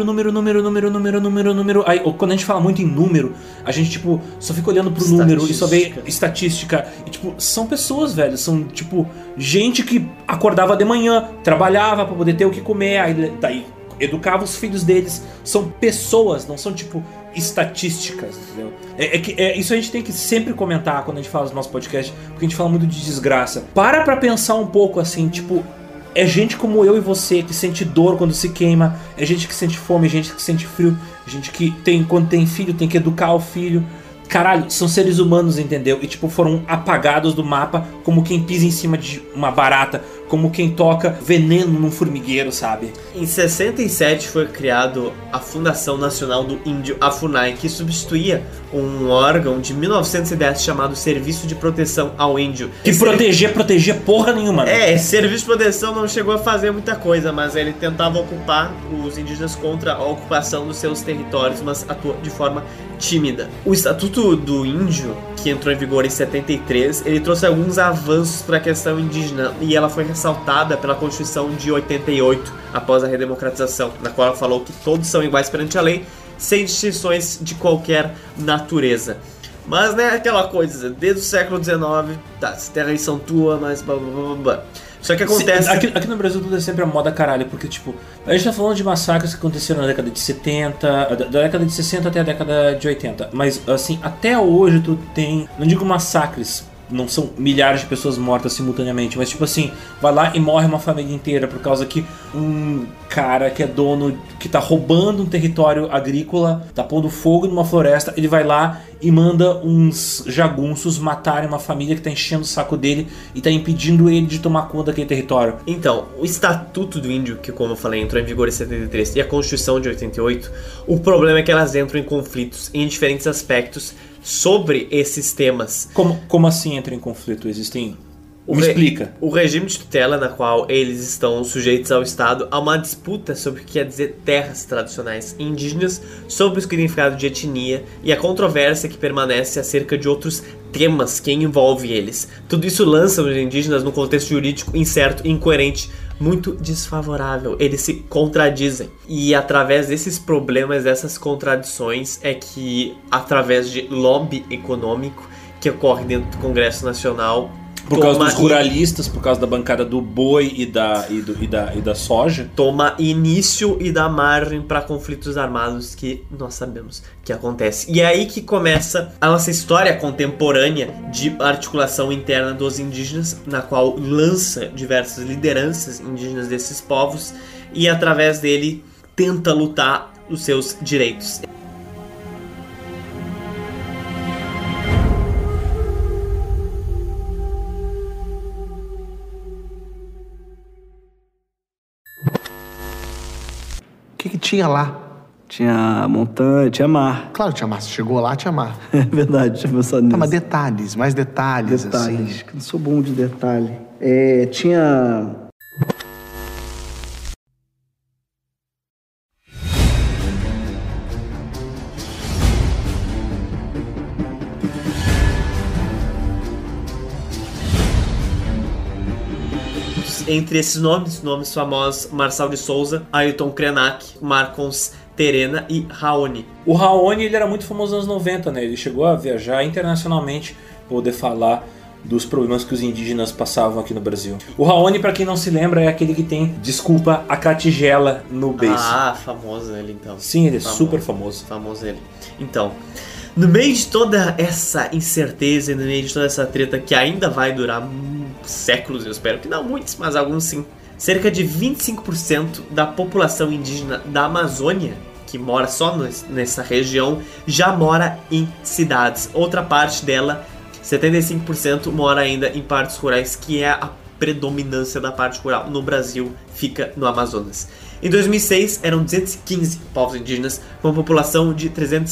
Aí, quando a gente fala muito em número, a gente, tipo, só fica olhando pro número e só vê estatística. E, tipo, são pessoas, velho. São, tipo, gente que acordava de manhã, trabalhava pra poder ter o que comer, aí daí educava os filhos deles. São pessoas, não são, tipo, estatísticas, entendeu? Isso a gente tem que sempre comentar quando a gente fala do nosso podcast, porque a gente fala muito de desgraça. Pra pensar um pouco, assim, tipo... É gente como eu e você que sente dor quando se queima, é gente que sente fome, é gente que sente frio, é gente que quando tem filho tem que educar o filho. Caralho, são seres humanos, entendeu? E tipo, foram apagados do mapa como quem pisa em cima de uma barata, como quem toca veneno num formigueiro, sabe? Em 67 foi criado a Fundação Nacional do Índio, a FUNAI, que substituía um órgão de 1910 chamado Serviço de Proteção ao Índio. Que protegia porra nenhuma. Né? Esse Serviço de Proteção não chegou a fazer muita coisa, mas ele tentava ocupar os indígenas contra a ocupação dos seus territórios, mas atuou de forma tímida. O Estatuto do Índio, que entrou em vigor em 73, ele trouxe alguns avanços para a questão indígena e ela foi ressaltada pela Constituição de 88, após a redemocratização, na qual ela falou que todos são iguais perante a lei, sem distinções de qualquer natureza. Mas, né, aquela coisa, desde o século XIX, tá, as terras aí são tuas, mas blá blá blá blá. Só que acontece... Aqui no Brasil tudo é sempre a moda caralho, porque, tipo, a gente tá falando de massacres que aconteceram na década de 70, da década de 60 até a década de 80. Mas, assim, até hoje tu tem, não digo massacres, não são milhares de pessoas mortas simultaneamente, mas tipo assim, vai lá e morre uma família inteira por causa que um cara que é dono, que tá roubando um território agrícola, tá pondo fogo numa floresta, ele vai lá e manda uns jagunços matarem uma família que tá enchendo o saco dele e tá impedindo ele de tomar conta daquele território. Então, o Estatuto do Índio, que como eu falei, entrou em vigor em 73, e a Constituição de 88, o problema é que elas entram em conflitos em diferentes aspectos sobre esses temas. Como assim entra em conflito? Existem... Me explica. O regime de tutela na qual eles estão sujeitos ao Estado, há uma disputa sobre o que quer dizer terras tradicionais indígenas, sobre o significado de etnia e a controvérsia que permanece acerca de outros temas que envolvem eles. Tudo isso lança os indígenas num contexto jurídico incerto e incoerente, muito desfavorável. Eles se contradizem. E através desses problemas, dessas contradições, é que através de lobby econômico que ocorre dentro do Congresso Nacional, por causa dos ruralistas, por causa da bancada do boi e da soja, toma início e dá margem para conflitos armados que nós sabemos que acontece. E é aí que começa a nossa história contemporânea de articulação interna dos indígenas, na qual lança diversas lideranças indígenas desses povos e através dele tenta lutar os seus direitos. O que tinha lá? Tinha montanha, tinha mar. Claro que tinha mar. Você chegou lá, tinha mar. É verdade, tinha pensado nisso. Tá, mas detalhes, mais detalhes, Detalhes, assim. que não sou bom de detalhe. Tinha... Entre esses nomes famosos, Marçal de Souza, Ailton Krenak, Marcos Terena e Raoni. O Raoni, ele era muito famoso nos anos 90, né? Ele chegou a viajar internacionalmente para poder falar dos problemas que os indígenas passavam aqui no Brasil. O Raoni, pra quem não se lembra, é aquele que tem, desculpa, a catigela no beiço. Ah, famoso ele então. Sim, ele é super famoso. Famoso ele. Então, no meio de toda essa incerteza e no meio de toda essa treta que ainda vai durar séculos, eu espero que não muitos, mas alguns sim, cerca de 25% da população indígena da Amazônia, que mora só nessa região, já mora em cidades. Outra parte dela, 75%, mora ainda em partes rurais, que é a predominância da parte rural no Brasil, fica no Amazonas. Em 2006, eram 215 povos indígenas, com uma população de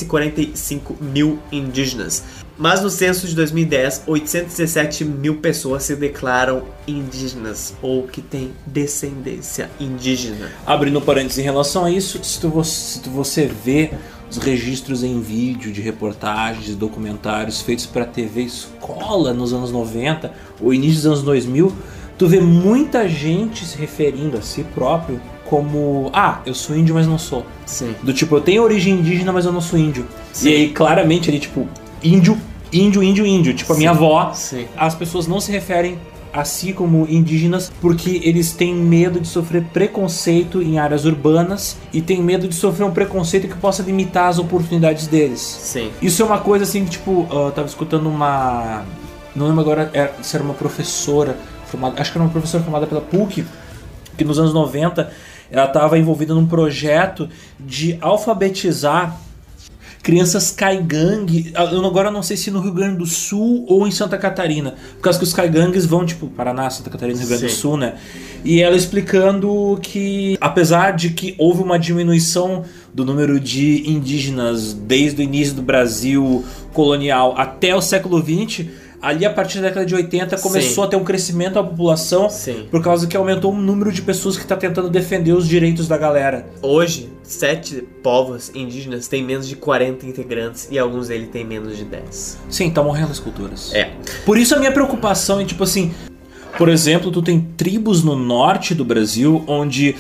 345 mil indígenas. Mas no censo de 2010, 817 mil pessoas se declaram indígenas, ou que têm descendência indígena. Abrindo parênteses em relação a isso, se você vê os registros em vídeo de reportagens e documentários feitos para TV escola nos anos 90, ou início dos anos 2000, tu vê muita gente se referindo a si próprio como, eu sou índio, mas não sou. Sim. Do tipo, eu tenho origem indígena, mas eu não sou índio. Sim. E aí, claramente, ele, tipo, índio. Tipo, a minha avó. Sim. As pessoas não se referem a si como indígenas porque eles têm medo de sofrer preconceito em áreas urbanas e têm medo de sofrer um preconceito que possa limitar as oportunidades deles. Sim. Isso é uma coisa assim que, tipo, eu tava escutando uma... Não lembro agora se era uma professora formada, acho que era uma professora formada pela PUC, que nos anos 90 ela estava envolvida num projeto de alfabetizar crianças caigangue. Eu agora não sei se no Rio Grande do Sul ou em Santa Catarina, por causa que os caigangues vão, tipo, Paraná, Santa Catarina, Rio Grande do Sul, né? E ela explicando que, apesar de que houve uma diminuição do número de indígenas desde o início do Brasil colonial até o século XX, ali a partir da década de 80 começou a ter um crescimento da população. Sim. Por causa que aumentou o número de pessoas que está tentando defender os direitos da galera. Hoje, 7 povos indígenas têm menos de 40 integrantes e alguns deles têm menos de 10. Sim, tá morrendo as culturas. É. Por isso a minha preocupação é, tipo assim, por exemplo, tu tem tribos no norte do Brasil onde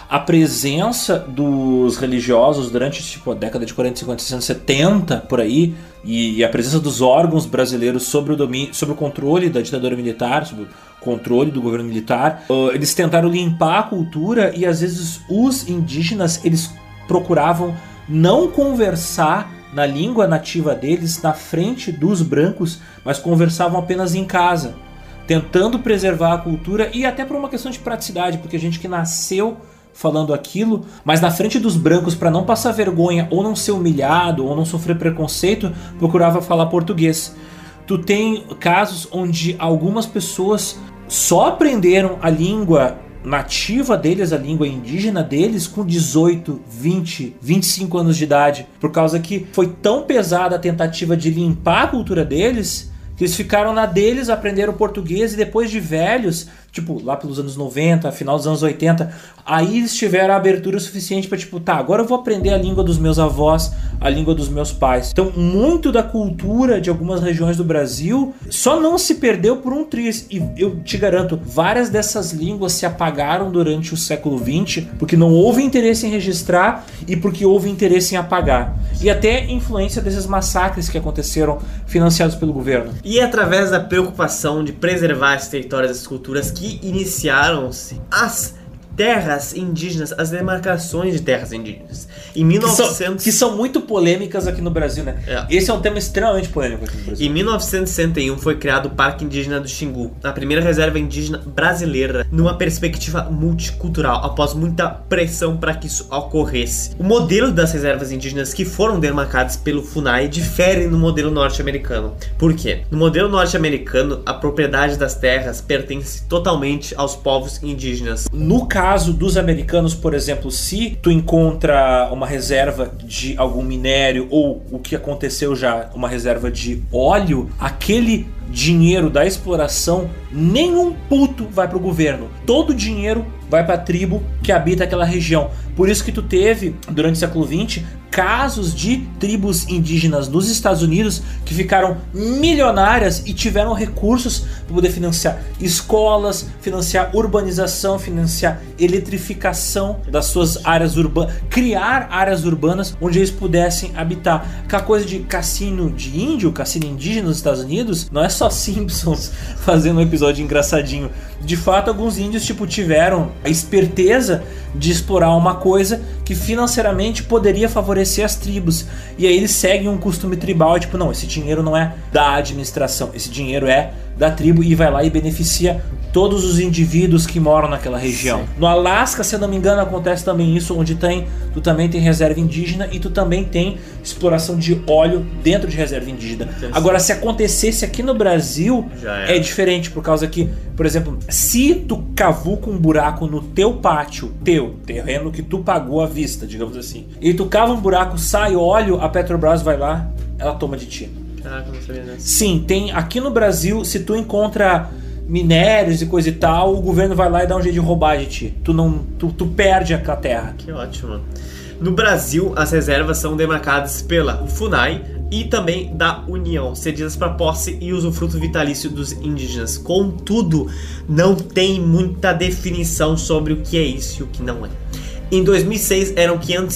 a presença dos religiosos durante tipo, a década de 40, 50, 60, 70, por aí, e a presença dos órgãos brasileiros sobre o domínio, sobre o controle da ditadura militar, sobre o controle do governo militar, eles tentaram limpar a cultura e às vezes os indígenas eles procuravam não conversar na língua nativa deles na frente dos brancos, mas conversavam apenas em casa, tentando preservar a cultura e até por uma questão de praticidade, porque a gente que nasceu falando aquilo, mas na frente dos brancos, para não passar vergonha ou não ser humilhado ou não sofrer preconceito, procurava falar português. Tu tem casos onde algumas pessoas só aprenderam a língua nativa deles, a língua indígena deles, com 18, 20, 25 anos de idade, por causa que foi tão pesada a tentativa de limpar a cultura deles, que eles ficaram na deles, aprenderam português e depois de velhos, tipo, lá pelos anos 90, final dos anos 80, aí eles tiveram a abertura suficiente para tipo, tá, agora eu vou aprender a língua dos meus avós, a língua dos meus pais. Então, muito da cultura de algumas regiões do Brasil só não se perdeu por um triz. E eu te garanto, várias dessas línguas se apagaram durante o século XX porque não houve interesse em registrar e porque houve interesse em apagar. E até influência desses massacres que aconteceram financiados pelo governo. E é através da preocupação de preservar esses territórios, essas culturas, que iniciaram-se as terras indígenas, as demarcações de terras indígenas. Em 1900... que são muito polêmicas aqui no Brasil, né? Esse é um tema extremamente polêmico aqui no Brasil. Em 1961 foi criado o Parque Indígena do Xingu, a primeira reserva indígena brasileira, numa perspectiva multicultural, após muita pressão para que isso ocorresse. O modelo das reservas indígenas que foram demarcadas pelo FUNAI difere no modelo norte-americano. Por quê? No modelo norte-americano, a propriedade das terras pertence totalmente aos povos indígenas. No caso dos americanos, por exemplo, se tu encontra uma reserva de algum minério ou o que aconteceu já, uma reserva de óleo, aquele dinheiro da exploração, nenhum puto vai pro governo. Todo o dinheiro vai pra tribo que habita aquela região. Por isso que tu teve, durante o século XX, casos de tribos indígenas nos Estados Unidos que ficaram milionárias e tiveram recursos para poder financiar escolas, financiar urbanização, financiar eletrificação das suas áreas urbanas, criar áreas urbanas onde eles pudessem habitar. Aquela coisa de cassino de índio, cassino indígena nos Estados Unidos, não é só Simpsons fazendo um episódio engraçadinho. De fato, alguns índios tipo, tiveram a esperteza de explorar uma coisa que financeiramente poderia favorecer as tribos. E aí eles seguem um costume tribal, tipo, não, esse dinheiro não é da administração, esse dinheiro é da tribo e vai lá e beneficia todos os indivíduos que moram naquela região. Sim. No Alasca, se eu não me engano, acontece também isso, onde tu também tem reserva indígena e tu também tem exploração de óleo dentro de reserva indígena. Agora, se acontecesse aqui no Brasil, é diferente, por causa que, por exemplo, se tu cavuca um buraco no teu pátio, teu terreno que tu pagou à vista, digamos assim, e tu cava um buraco, sai óleo, a Petrobras vai lá, ela toma de ti. Caraca, não sabia dessa. Sim, tem aqui no Brasil, se tu encontra minérios e coisa e tal, o governo vai lá e dá um jeito de roubar de ti. Tu perde aquela terra. Que ótimo. No Brasil, as reservas são demarcadas pela FUNAI e também da União, cedidas para posse e usufruto vitalício dos indígenas. Contudo, não tem muita definição sobre o que é isso e o que não é. Em 2006, eram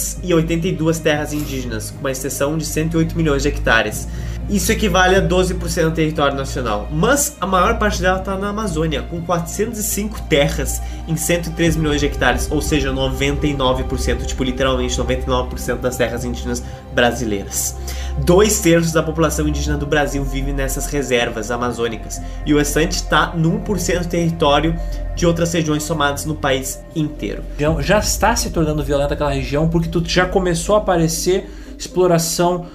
582 terras indígenas, com uma extensão de 108 milhões de hectares. Isso equivale a 12% do território nacional, mas a maior parte dela está na Amazônia, com 405 terras em 103 milhões de hectares, ou seja, 99%, tipo literalmente 99% das terras indígenas brasileiras. 2/3 da população indígena do Brasil vive nessas reservas amazônicas, e o restante está no 1% do território de outras regiões somadas no país inteiro. Já está se tornando violenta aquela região porque já começou a aparecer exploração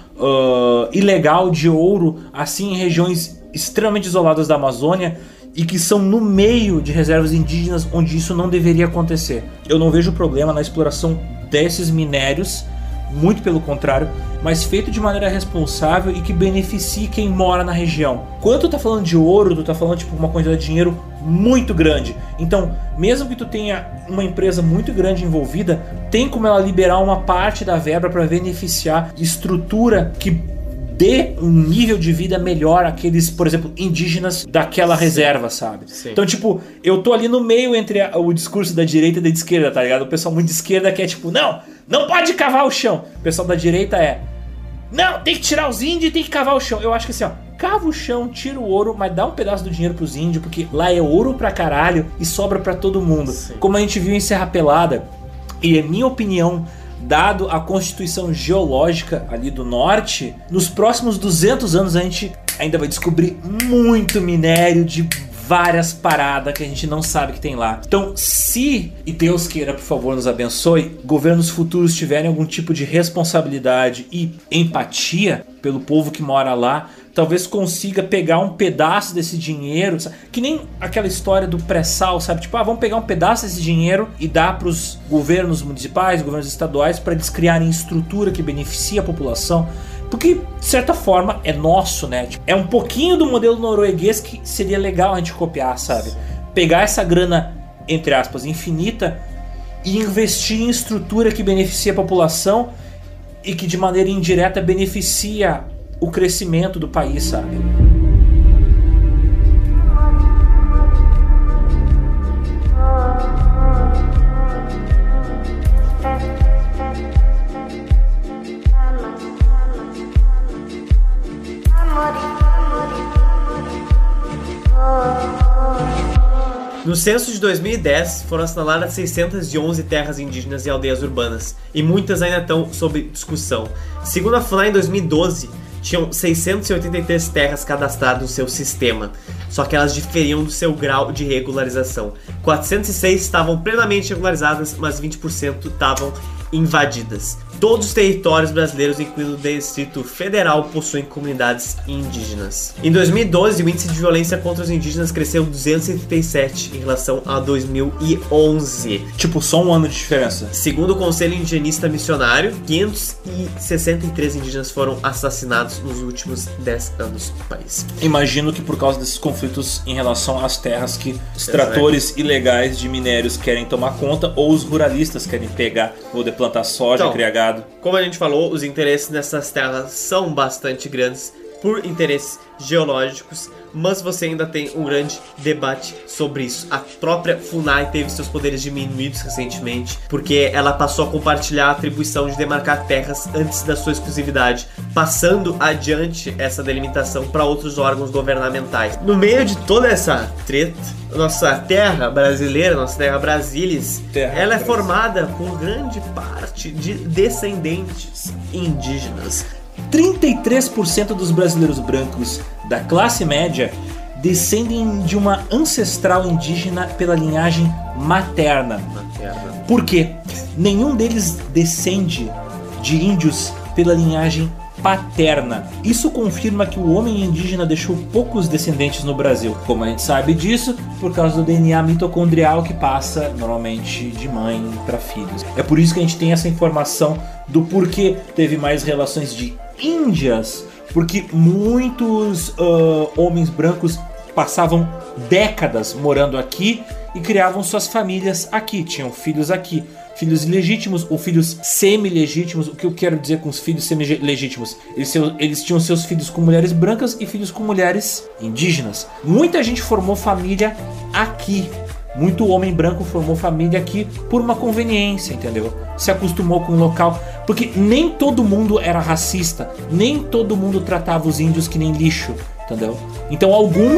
ilegal de ouro, assim, em regiões extremamente isoladas da Amazônia e que são no meio de reservas indígenas onde isso não deveria acontecer. Eu não vejo problema na exploração desses minérios, muito pelo contrário, mas feito de maneira responsável e que beneficie quem mora na região. Quando tu tá falando de ouro, tu tá falando tipo uma quantidade de dinheiro muito grande. Então, mesmo que tu tenha uma empresa muito grande envolvida, tem como ela liberar uma parte da verba para beneficiar estrutura que dê um nível de vida melhor àqueles, por exemplo, indígenas daquela reserva, sabe? Sim. Então, tipo, eu tô ali no meio entre o discurso da direita e da esquerda, tá ligado? O pessoal muito de esquerda que é tipo, não pode cavar o chão. O pessoal da direita não, tem que tirar os índios e tem que cavar o chão. Eu acho que assim, ó, cava o chão, tira o ouro, mas dá um pedaço do dinheiro pros índios, porque lá é ouro pra caralho e sobra pra todo mundo. Sim. Como a gente viu em Serra Pelada, e é minha opinião, dado a constituição geológica ali do norte, nos próximos 200 anos a gente ainda vai descobrir muito minério de várias paradas que a gente não sabe que tem lá. Então, se, e Deus queira, por favor, nos abençoe, governos futuros tiverem algum tipo de responsabilidade e empatia pelo povo que mora lá, talvez consiga pegar um pedaço desse dinheiro, sabe? Que nem aquela história do pré-sal, sabe? Tipo, vamos pegar um pedaço desse dinheiro e dar para os governos municipais, governos estaduais, para eles criarem estrutura que beneficie a população. Porque, de certa forma, é nosso, né? Tipo, é um pouquinho do modelo norueguês que seria legal a gente copiar, sabe? Pegar essa grana, entre aspas, infinita e investir em estrutura que beneficie a população e que de maneira indireta beneficia o crescimento do país, sabe? No censo de 2010, foram assinaladas 611 terras indígenas e aldeias urbanas, e muitas ainda estão sob discussão. Segundo a FUNAI, em 2012, tinham 683 terras cadastradas no seu sistema, só que elas diferiam do seu grau de regularização. 406 estavam plenamente regularizadas, mas 20% estavam invadidas. Todos os territórios brasileiros, incluindo o Distrito Federal, possuem comunidades indígenas. Em 2012, o índice de violência contra os indígenas cresceu 237 em relação a 2011. Tipo, só um ano de diferença. Segundo o Conselho Indigenista Missionário, 563 indígenas foram assassinados nos últimos 10 anos no país. Imagino que por causa desses conflitos em relação às terras que extratores ilegais de minérios querem tomar conta, ou os ruralistas querem pegar, ou de plantar soja, Então, criar gado. Como a gente falou, os interesses nessas terras são bastante grandes por interesses geológicos, mas você ainda tem um grande debate sobre isso. A própria FUNAI teve seus poderes diminuídos recentemente, porque ela passou a compartilhar a atribuição de demarcar terras antes da sua exclusividade, passando adiante essa delimitação para outros órgãos governamentais. No meio de toda essa treta, nossa terra brasileira, nossa terra Brasilis, ela é formada por grande parte de descendentes indígenas. 33% dos brasileiros brancos da classe média descendem de uma ancestral indígena pela linhagem materna. Por quê? Nenhum deles descende de índios pela linhagem paterna. Isso confirma que o homem indígena deixou poucos descendentes no Brasil. Como a gente sabe disso? Por causa do DNA mitocondrial que passa normalmente de mãe para filhos. É por isso que a gente tem essa informação do porquê teve mais relações de índias, porque muitos homens brancos passavam décadas morando aqui e criavam suas famílias aqui, tinham filhos aqui. Filhos ilegítimos ou filhos semi-legítimos. O que eu quero dizer com os filhos semi-legítimos? Eles tinham seus filhos com mulheres brancas e filhos com mulheres indígenas. Muita gente formou família aqui. Muito homem branco formou família aqui por uma conveniência, entendeu? Se acostumou com o local. Porque nem todo mundo era racista. Nem todo mundo tratava os índios que nem lixo, entendeu? Então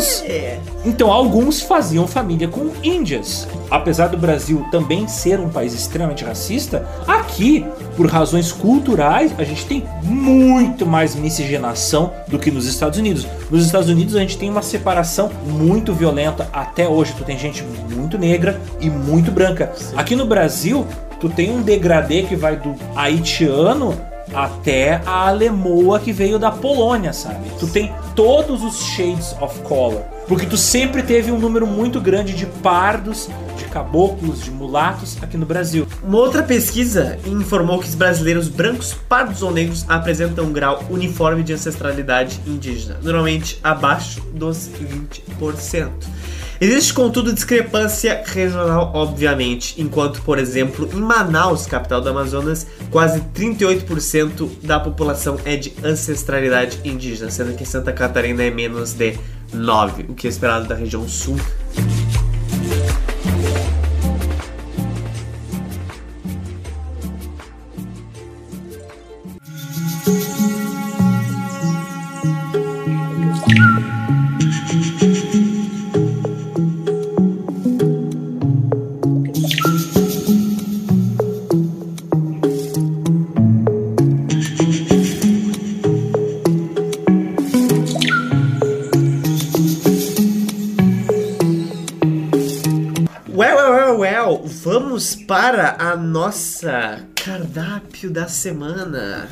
alguns faziam família com índias. Apesar do Brasil também ser um país extremamente racista, aqui, por razões culturais, a gente tem muito mais miscigenação do que nos Estados Unidos. Nos Estados Unidos a gente tem uma separação muito violenta até hoje. Tu tem gente muito negra e muito branca. Sim. Aqui no Brasil, tu tem um degradê que vai do haitiano até a alemoa que veio da Polônia, sabe? Tu tem todos os shades of color, porque tu sempre teve um número muito grande de pardos, de caboclos, de mulatos aqui no Brasil. Uma outra pesquisa informou que os brasileiros brancos, pardos ou negros apresentam um grau uniforme de ancestralidade indígena, normalmente abaixo dos 20%. Existe, contudo, discrepância regional, obviamente, enquanto, por exemplo, em Manaus, capital do Amazonas, quase 38% da população é de ancestralidade indígena, sendo que Santa Catarina é menos de 9%, o que é esperado da região sul. Vamos para a nossa cardápio da semana.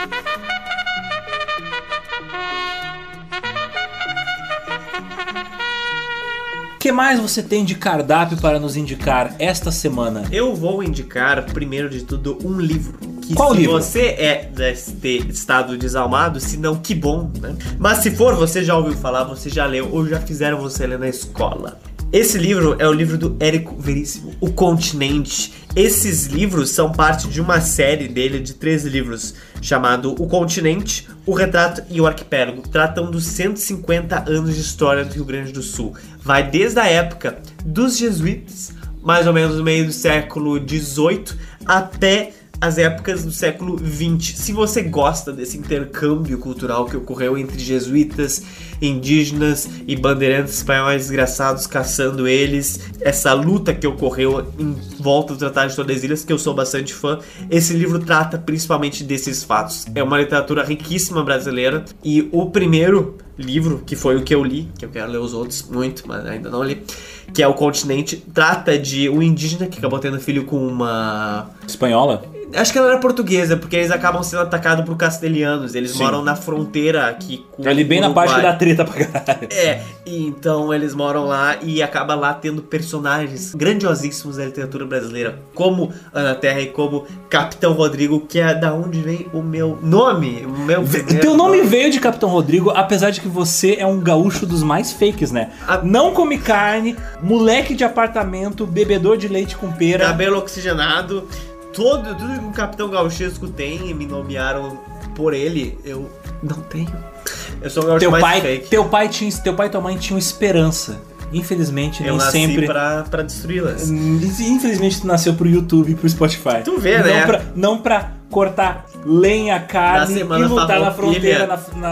O que mais você tem de cardápio para nos indicar esta semana? Eu vou indicar, primeiro de tudo, um livro. Qual livro? Se você é deste estado desalmado, se não, que bom, né? Mas se for, você já ouviu falar, você já leu ou já fizeram você ler na escola. Esse livro é o livro do Érico Veríssimo, O Continente. Esses livros são parte de uma série dele de 13 livros, chamado O Continente, O Retrato e o Arquipélago. Tratam dos 150 anos de história do Rio Grande do Sul. Vai desde a época dos jesuítas, mais ou menos no meio do século XVIII, até as épocas do século XX. Se você gosta desse intercâmbio cultural que ocorreu entre jesuítas, indígenas e bandeirantes espanhóis desgraçados caçando eles, essa luta que ocorreu em volta do Tratado de Tordesilhas, que eu sou bastante fã, esse livro trata principalmente desses fatos. É uma literatura riquíssima brasileira, e o primeiro livro, que foi o que eu li, que eu quero ler os outros muito, mas ainda não li, que é O Continente, trata de um indígena que acabou tendo filho com uma... espanhola? Acho que ela era portuguesa, porque eles acabam sendo atacados por castelhanos. Eles moram na fronteira aqui com ali bem na parte da treta pra caralho. E então eles moram lá e acaba lá tendo personagens grandiosíssimos da literatura brasileira, como Ana Terra e como Capitão Rodrigo, que é da onde vem o meu nome. O meu teu nome veio de Capitão Rodrigo, apesar de que você é um gaúcho dos mais fakes, né? Não come carne, moleque de apartamento, bebedor de leite com pera, cabelo oxigenado. Tudo que o Capitão Gauchesco tem, me nomearam por ele, eu não tenho. Eu sou o gaúcho mais fake. Teu pai e tua mãe tinham esperança. Infelizmente, eu nem nasci sempre pra destruí-las. Infelizmente, tu nasceu pro YouTube e pro Spotify. Tu vê, né? Não pra cortar lenha, carne e lutar na fronteira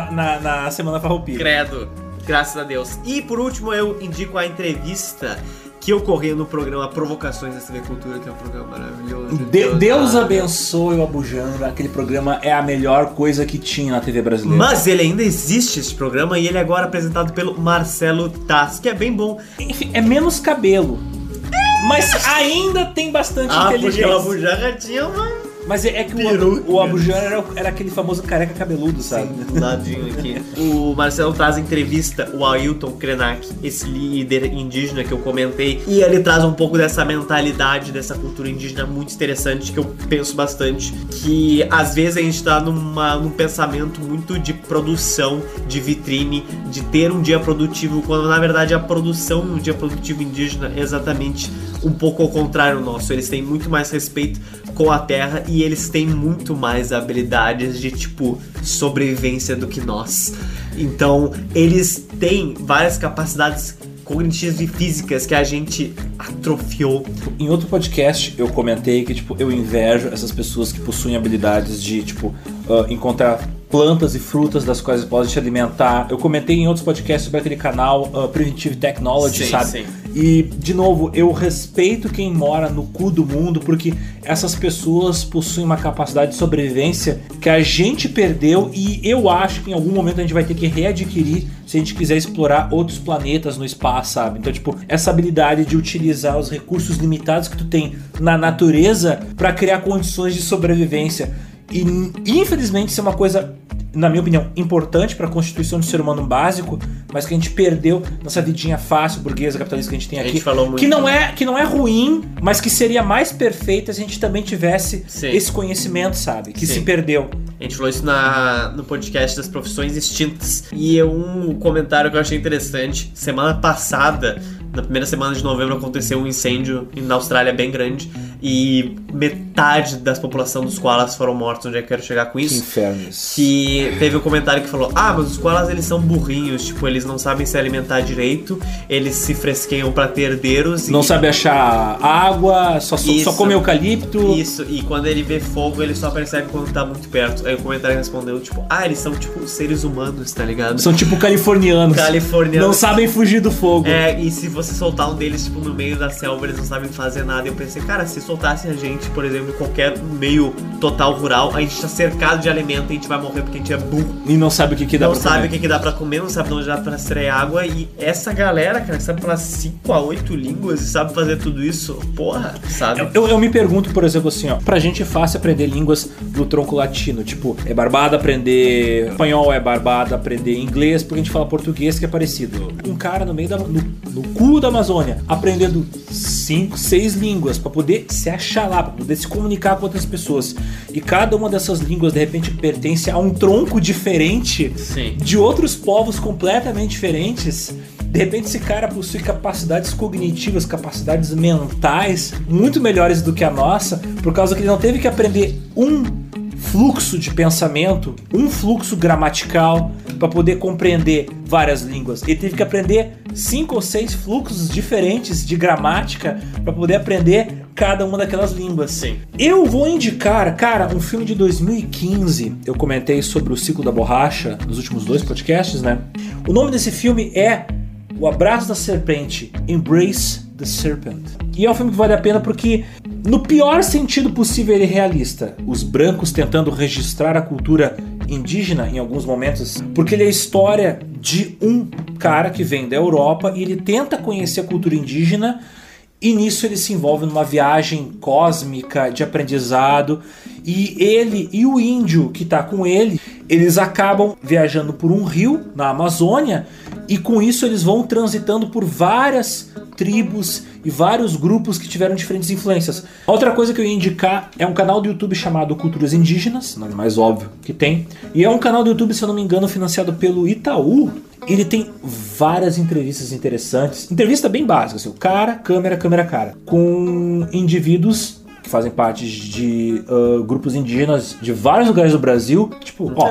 na Semana Farroupilha. Credo, graças a Deus. E por último, eu indico a entrevista que ocorreu no programa Provocações da TV Cultura, que é um programa maravilhoso. Deus abençoe o Abujamra. Aquele programa é a melhor coisa que tinha na TV brasileira. Mas ele ainda existe, esse programa, e ele é agora apresentado pelo Marcelo Taz, que é bem bom. Enfim, é menos cabelo, mas ainda tem bastante inteligência. Porque o Abujamra tinha uma... Mas é que o Abujamra era aquele famoso careca cabeludo, sabe? Sim, do ladinho aqui. O Marcelo traz entrevista o Ailton Krenak, esse líder indígena que eu comentei, e ele traz um pouco dessa mentalidade, dessa cultura indígena muito interessante, que eu penso bastante, que às vezes a gente tá num pensamento muito de produção, de vitrine, de ter um dia produtivo, quando na verdade a produção no dia produtivo indígena é exatamente um pouco ao contrário nosso. Eles têm muito mais respeito com a terra e eles têm muito mais habilidades de, tipo, sobrevivência do que nós. Então, eles têm várias capacidades cognitivas e físicas que a gente atrofiou. Em outro podcast, eu comentei que, tipo, eu invejo essas pessoas que possuem habilidades de, tipo, encontrar plantas e frutas das quais podem te alimentar. Eu comentei em outros podcasts sobre aquele canal Primitive Technology, sim, sabe? Sim. E, de novo, eu respeito quem mora no cu do mundo, porque essas pessoas possuem uma capacidade de sobrevivência que a gente perdeu, e eu acho que em algum momento a gente vai ter que readquirir se a gente quiser explorar outros planetas no espaço, sabe? Então, tipo, essa habilidade de utilizar os recursos limitados que tu tem na natureza para criar condições de sobrevivência. E, infelizmente, isso é uma coisa, na minha opinião, importante para a constituição do ser humano básico, mas que a gente perdeu nessa vidinha fácil, burguesa, capitalista que a gente tem aqui. A gente falou muito, que não é ruim, mas que seria mais perfeita se a gente também tivesse esse conhecimento, sabe? Que se perdeu. A gente falou isso no podcast das profissões extintas. E um comentário que eu achei interessante, semana passada, Na primeira semana de novembro aconteceu um incêndio na Austrália bem grande e metade da população dos koalas foram mortos. Onde é que eu quero chegar com isso? Que inferno isso. Que teve um comentário que falou: ah, mas os koalas eles são burrinhos, tipo, eles não sabem se alimentar direito, eles se fresqueiam pra ter herdeiros. Não sabe achar água, só come eucalipto. Isso, e quando ele vê fogo, ele só percebe quando tá muito perto. Aí o comentário respondeu, tipo, ah, eles são tipo seres humanos, tá ligado? São tipo californianos. Não sabem fugir do fogo. É, e se você soltar um deles, tipo, no meio da selva, eles não sabem fazer nada. E eu pensei, cara, se soltassem a gente, por exemplo, em qualquer meio total rural, a gente tá cercado de alimento e a gente vai morrer porque a gente é burro. E não sabe o que dá pra comer. Não sabe o que dá pra comer, não sabe de onde dá pra extrair água. E essa galera, cara, que sabe falar 5 a 8 línguas e sabe fazer tudo isso, porra, sabe? Eu me pergunto, por exemplo, assim, ó, pra gente é fácil aprender línguas do tronco latino. Tipo, é barbado aprender espanhol, é barbado aprender inglês, porque a gente fala português que é parecido. Um cara no meio no cu da Amazônia, aprendendo 5, 6 línguas pra poder se achar lá, pra poder se comunicar com outras pessoas. E cada uma dessas línguas, de repente, pertence a um tronco diferente. Sim. De outros povos completamente diferentes. De repente esse cara possui capacidades cognitivas, capacidades mentais muito melhores do que a nossa, por causa que ele não teve que aprender um fluxo de pensamento, um fluxo gramatical para poder compreender várias línguas. Ele teve que aprender 5 ou 6 fluxos diferentes de gramática para poder aprender cada uma daquelas línguas. Sim. Eu vou indicar, cara, um filme de 2015. Eu comentei sobre o ciclo da borracha nos últimos 2 podcasts, né? O nome desse filme é O Abraço da Serpente, Embrace the Serpent. E é um filme que vale a pena porque, no pior sentido possível, ele é realista. Os brancos tentando registrar a cultura indígena em alguns momentos, porque ele é a história de um cara que vem da Europa e ele tenta conhecer a cultura indígena. E nisso ele se envolve numa viagem cósmica de aprendizado. E ele e o índio que está com ele, eles acabam viajando por um rio na Amazônia. E com isso eles vão transitando por várias tribos e vários grupos que tiveram diferentes influências. Outra coisa que eu ia indicar é um canal do YouTube chamado Culturas Indígenas, nome mais óbvio que tem. E é um canal do YouTube, se eu não me engano, financiado pelo Itaú. Ele tem várias entrevistas interessantes. Entrevista bem básica, assim, o cara, câmera, cara. Com indivíduos que fazem parte de grupos indígenas de vários lugares do Brasil. Tipo, ó,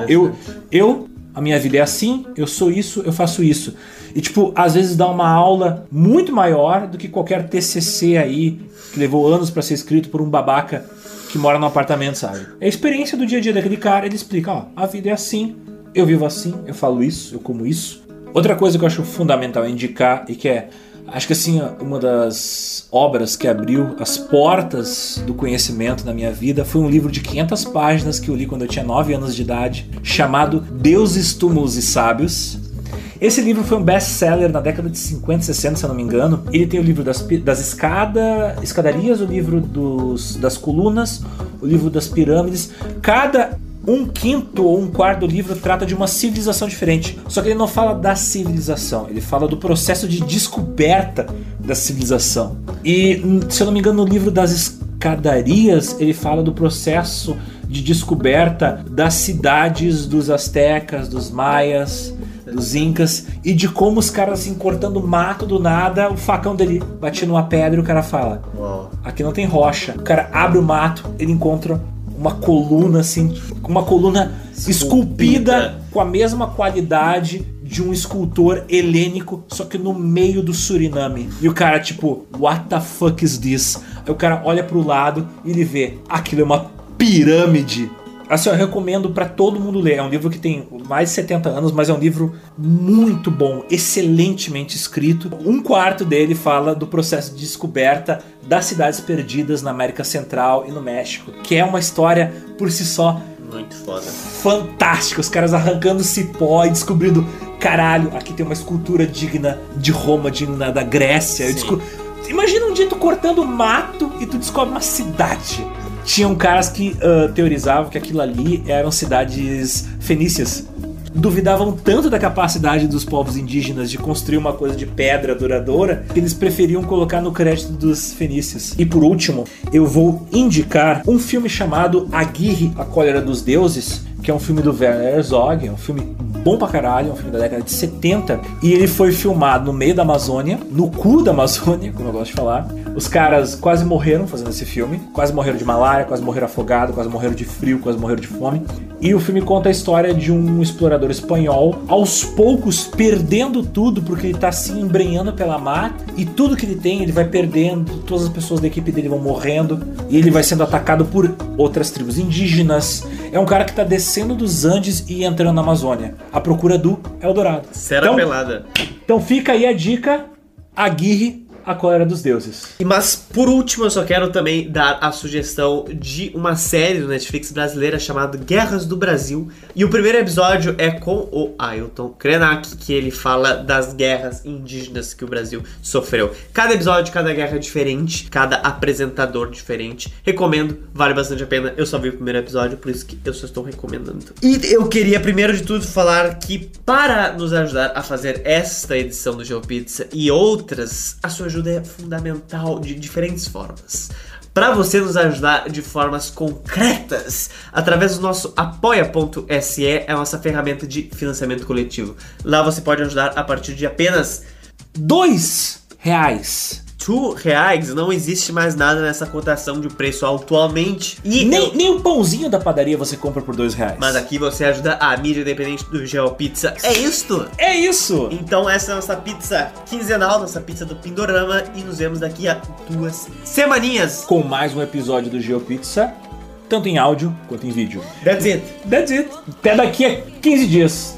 a minha vida é assim, eu sou isso, eu faço isso. E tipo, às vezes dá uma aula muito maior do que qualquer TCC aí, que levou anos pra ser escrito por um babaca que mora num apartamento, sabe? É a experiência do dia a dia daquele cara, ele explica, ó, a vida é assim, eu vivo assim, eu falo isso, eu como isso. Outra coisa que eu acho fundamental indicar e que é, acho que assim, uma das obras que abriu as portas do conhecimento na minha vida foi um livro de 500 páginas que eu li quando eu tinha 9 anos de idade, chamado Deuses, Túmulos e Sábios. Esse livro foi um best-seller na década de 50, 60, se eu não me engano. Ele tem o livro das escadarias, o livro das colunas, o livro das pirâmides. Cada 1/5 ou 1/4 do livro trata de uma civilização diferente. Só que ele não fala da civilização, ele fala do processo de descoberta da civilização. E, se eu não me engano, no livro das escadarias, ele fala do processo de descoberta das cidades dos astecas, dos maias, dos incas, e de como os caras assim cortando mato do nada, o facão dele batia numa pedra e o cara fala, aqui não tem rocha. O cara abre o mato, ele encontra uma coluna assim, uma coluna esculpida com a mesma qualidade de um escultor helênico, só que no meio do Suriname. E o cara tipo, what the fuck is this? Aí o cara olha pro lado e ele vê, aquilo é uma pirâmide. Assim, eu recomendo pra todo mundo ler. É um livro que tem mais de 70 anos, mas é um livro muito bom, excelentemente escrito. 1/4 dele fala do processo de descoberta das cidades perdidas na América Central e no México, que é uma história por si só muito foda, fantástica. Os caras arrancando cipó e descobrindo, caralho, aqui tem uma escultura digna de Roma, digna da Grécia. Imagina um dia tu cortando mato e tu descobre uma cidade. Tinham caras que teorizavam que aquilo ali eram cidades fenícias. duvidavam tanto da capacidade dos povos indígenas de construir uma coisa de pedra duradoura que eles preferiam colocar no crédito dos fenícios. E por último, eu vou indicar um filme chamado Aguirre, A Cólera dos Deuses, que é um filme do Werner Herzog, é um filme bom pra caralho, é um filme da década de 70, e ele foi filmado no meio da Amazônia, no cu da Amazônia, como eu gosto de falar. Os caras quase morreram fazendo esse filme, quase morreram de malária, quase morreram afogados, quase morreram de frio, quase morreram de fome. E o filme conta a história de um explorador espanhol, aos poucos perdendo tudo, porque ele tá se embrenhando pela mata, e tudo que ele tem ele vai perdendo, todas as pessoas da equipe dele vão morrendo, e ele vai sendo atacado por outras tribos indígenas. É um cara que tá descendo dos Andes e entrando na Amazônia, à procura do Eldorado. Será pelada. Então fica aí a dica, Aguirre, A Cólera dos Deuses. Mas por último eu só quero também dar a sugestão de uma série do Netflix brasileira chamada Guerras do Brasil. E o primeiro episódio é com o Ailton Krenak, que ele fala das guerras indígenas que o Brasil sofreu. Cada episódio, cada guerra é diferente, cada apresentador diferente. Recomendo, vale bastante a pena. Eu só vi o primeiro episódio, por isso que eu só estou recomendando. E eu queria primeiro de tudo falar que para nos ajudar a fazer esta edição do GeoPizza e outras, a sua ajuda é fundamental de diferentes formas. Para você nos ajudar de formas concretas, através do nosso apoia.se, é a nossa ferramenta de financiamento coletivo. Lá você pode ajudar a partir de apenas R$2. R$2, não existe mais nada nessa cotação de preço atualmente. E nem o pãozinho da padaria você compra por R$2. Mas aqui você ajuda a mídia independente do GeoPizza. É isto! É isso! Então essa é a nossa pizza quinzenal, nossa pizza do Pindorama. E nos vemos daqui a 2 semaninhas. Com mais um episódio do GeoPizza, tanto em áudio quanto em vídeo. That's it. Até daqui a 15 dias.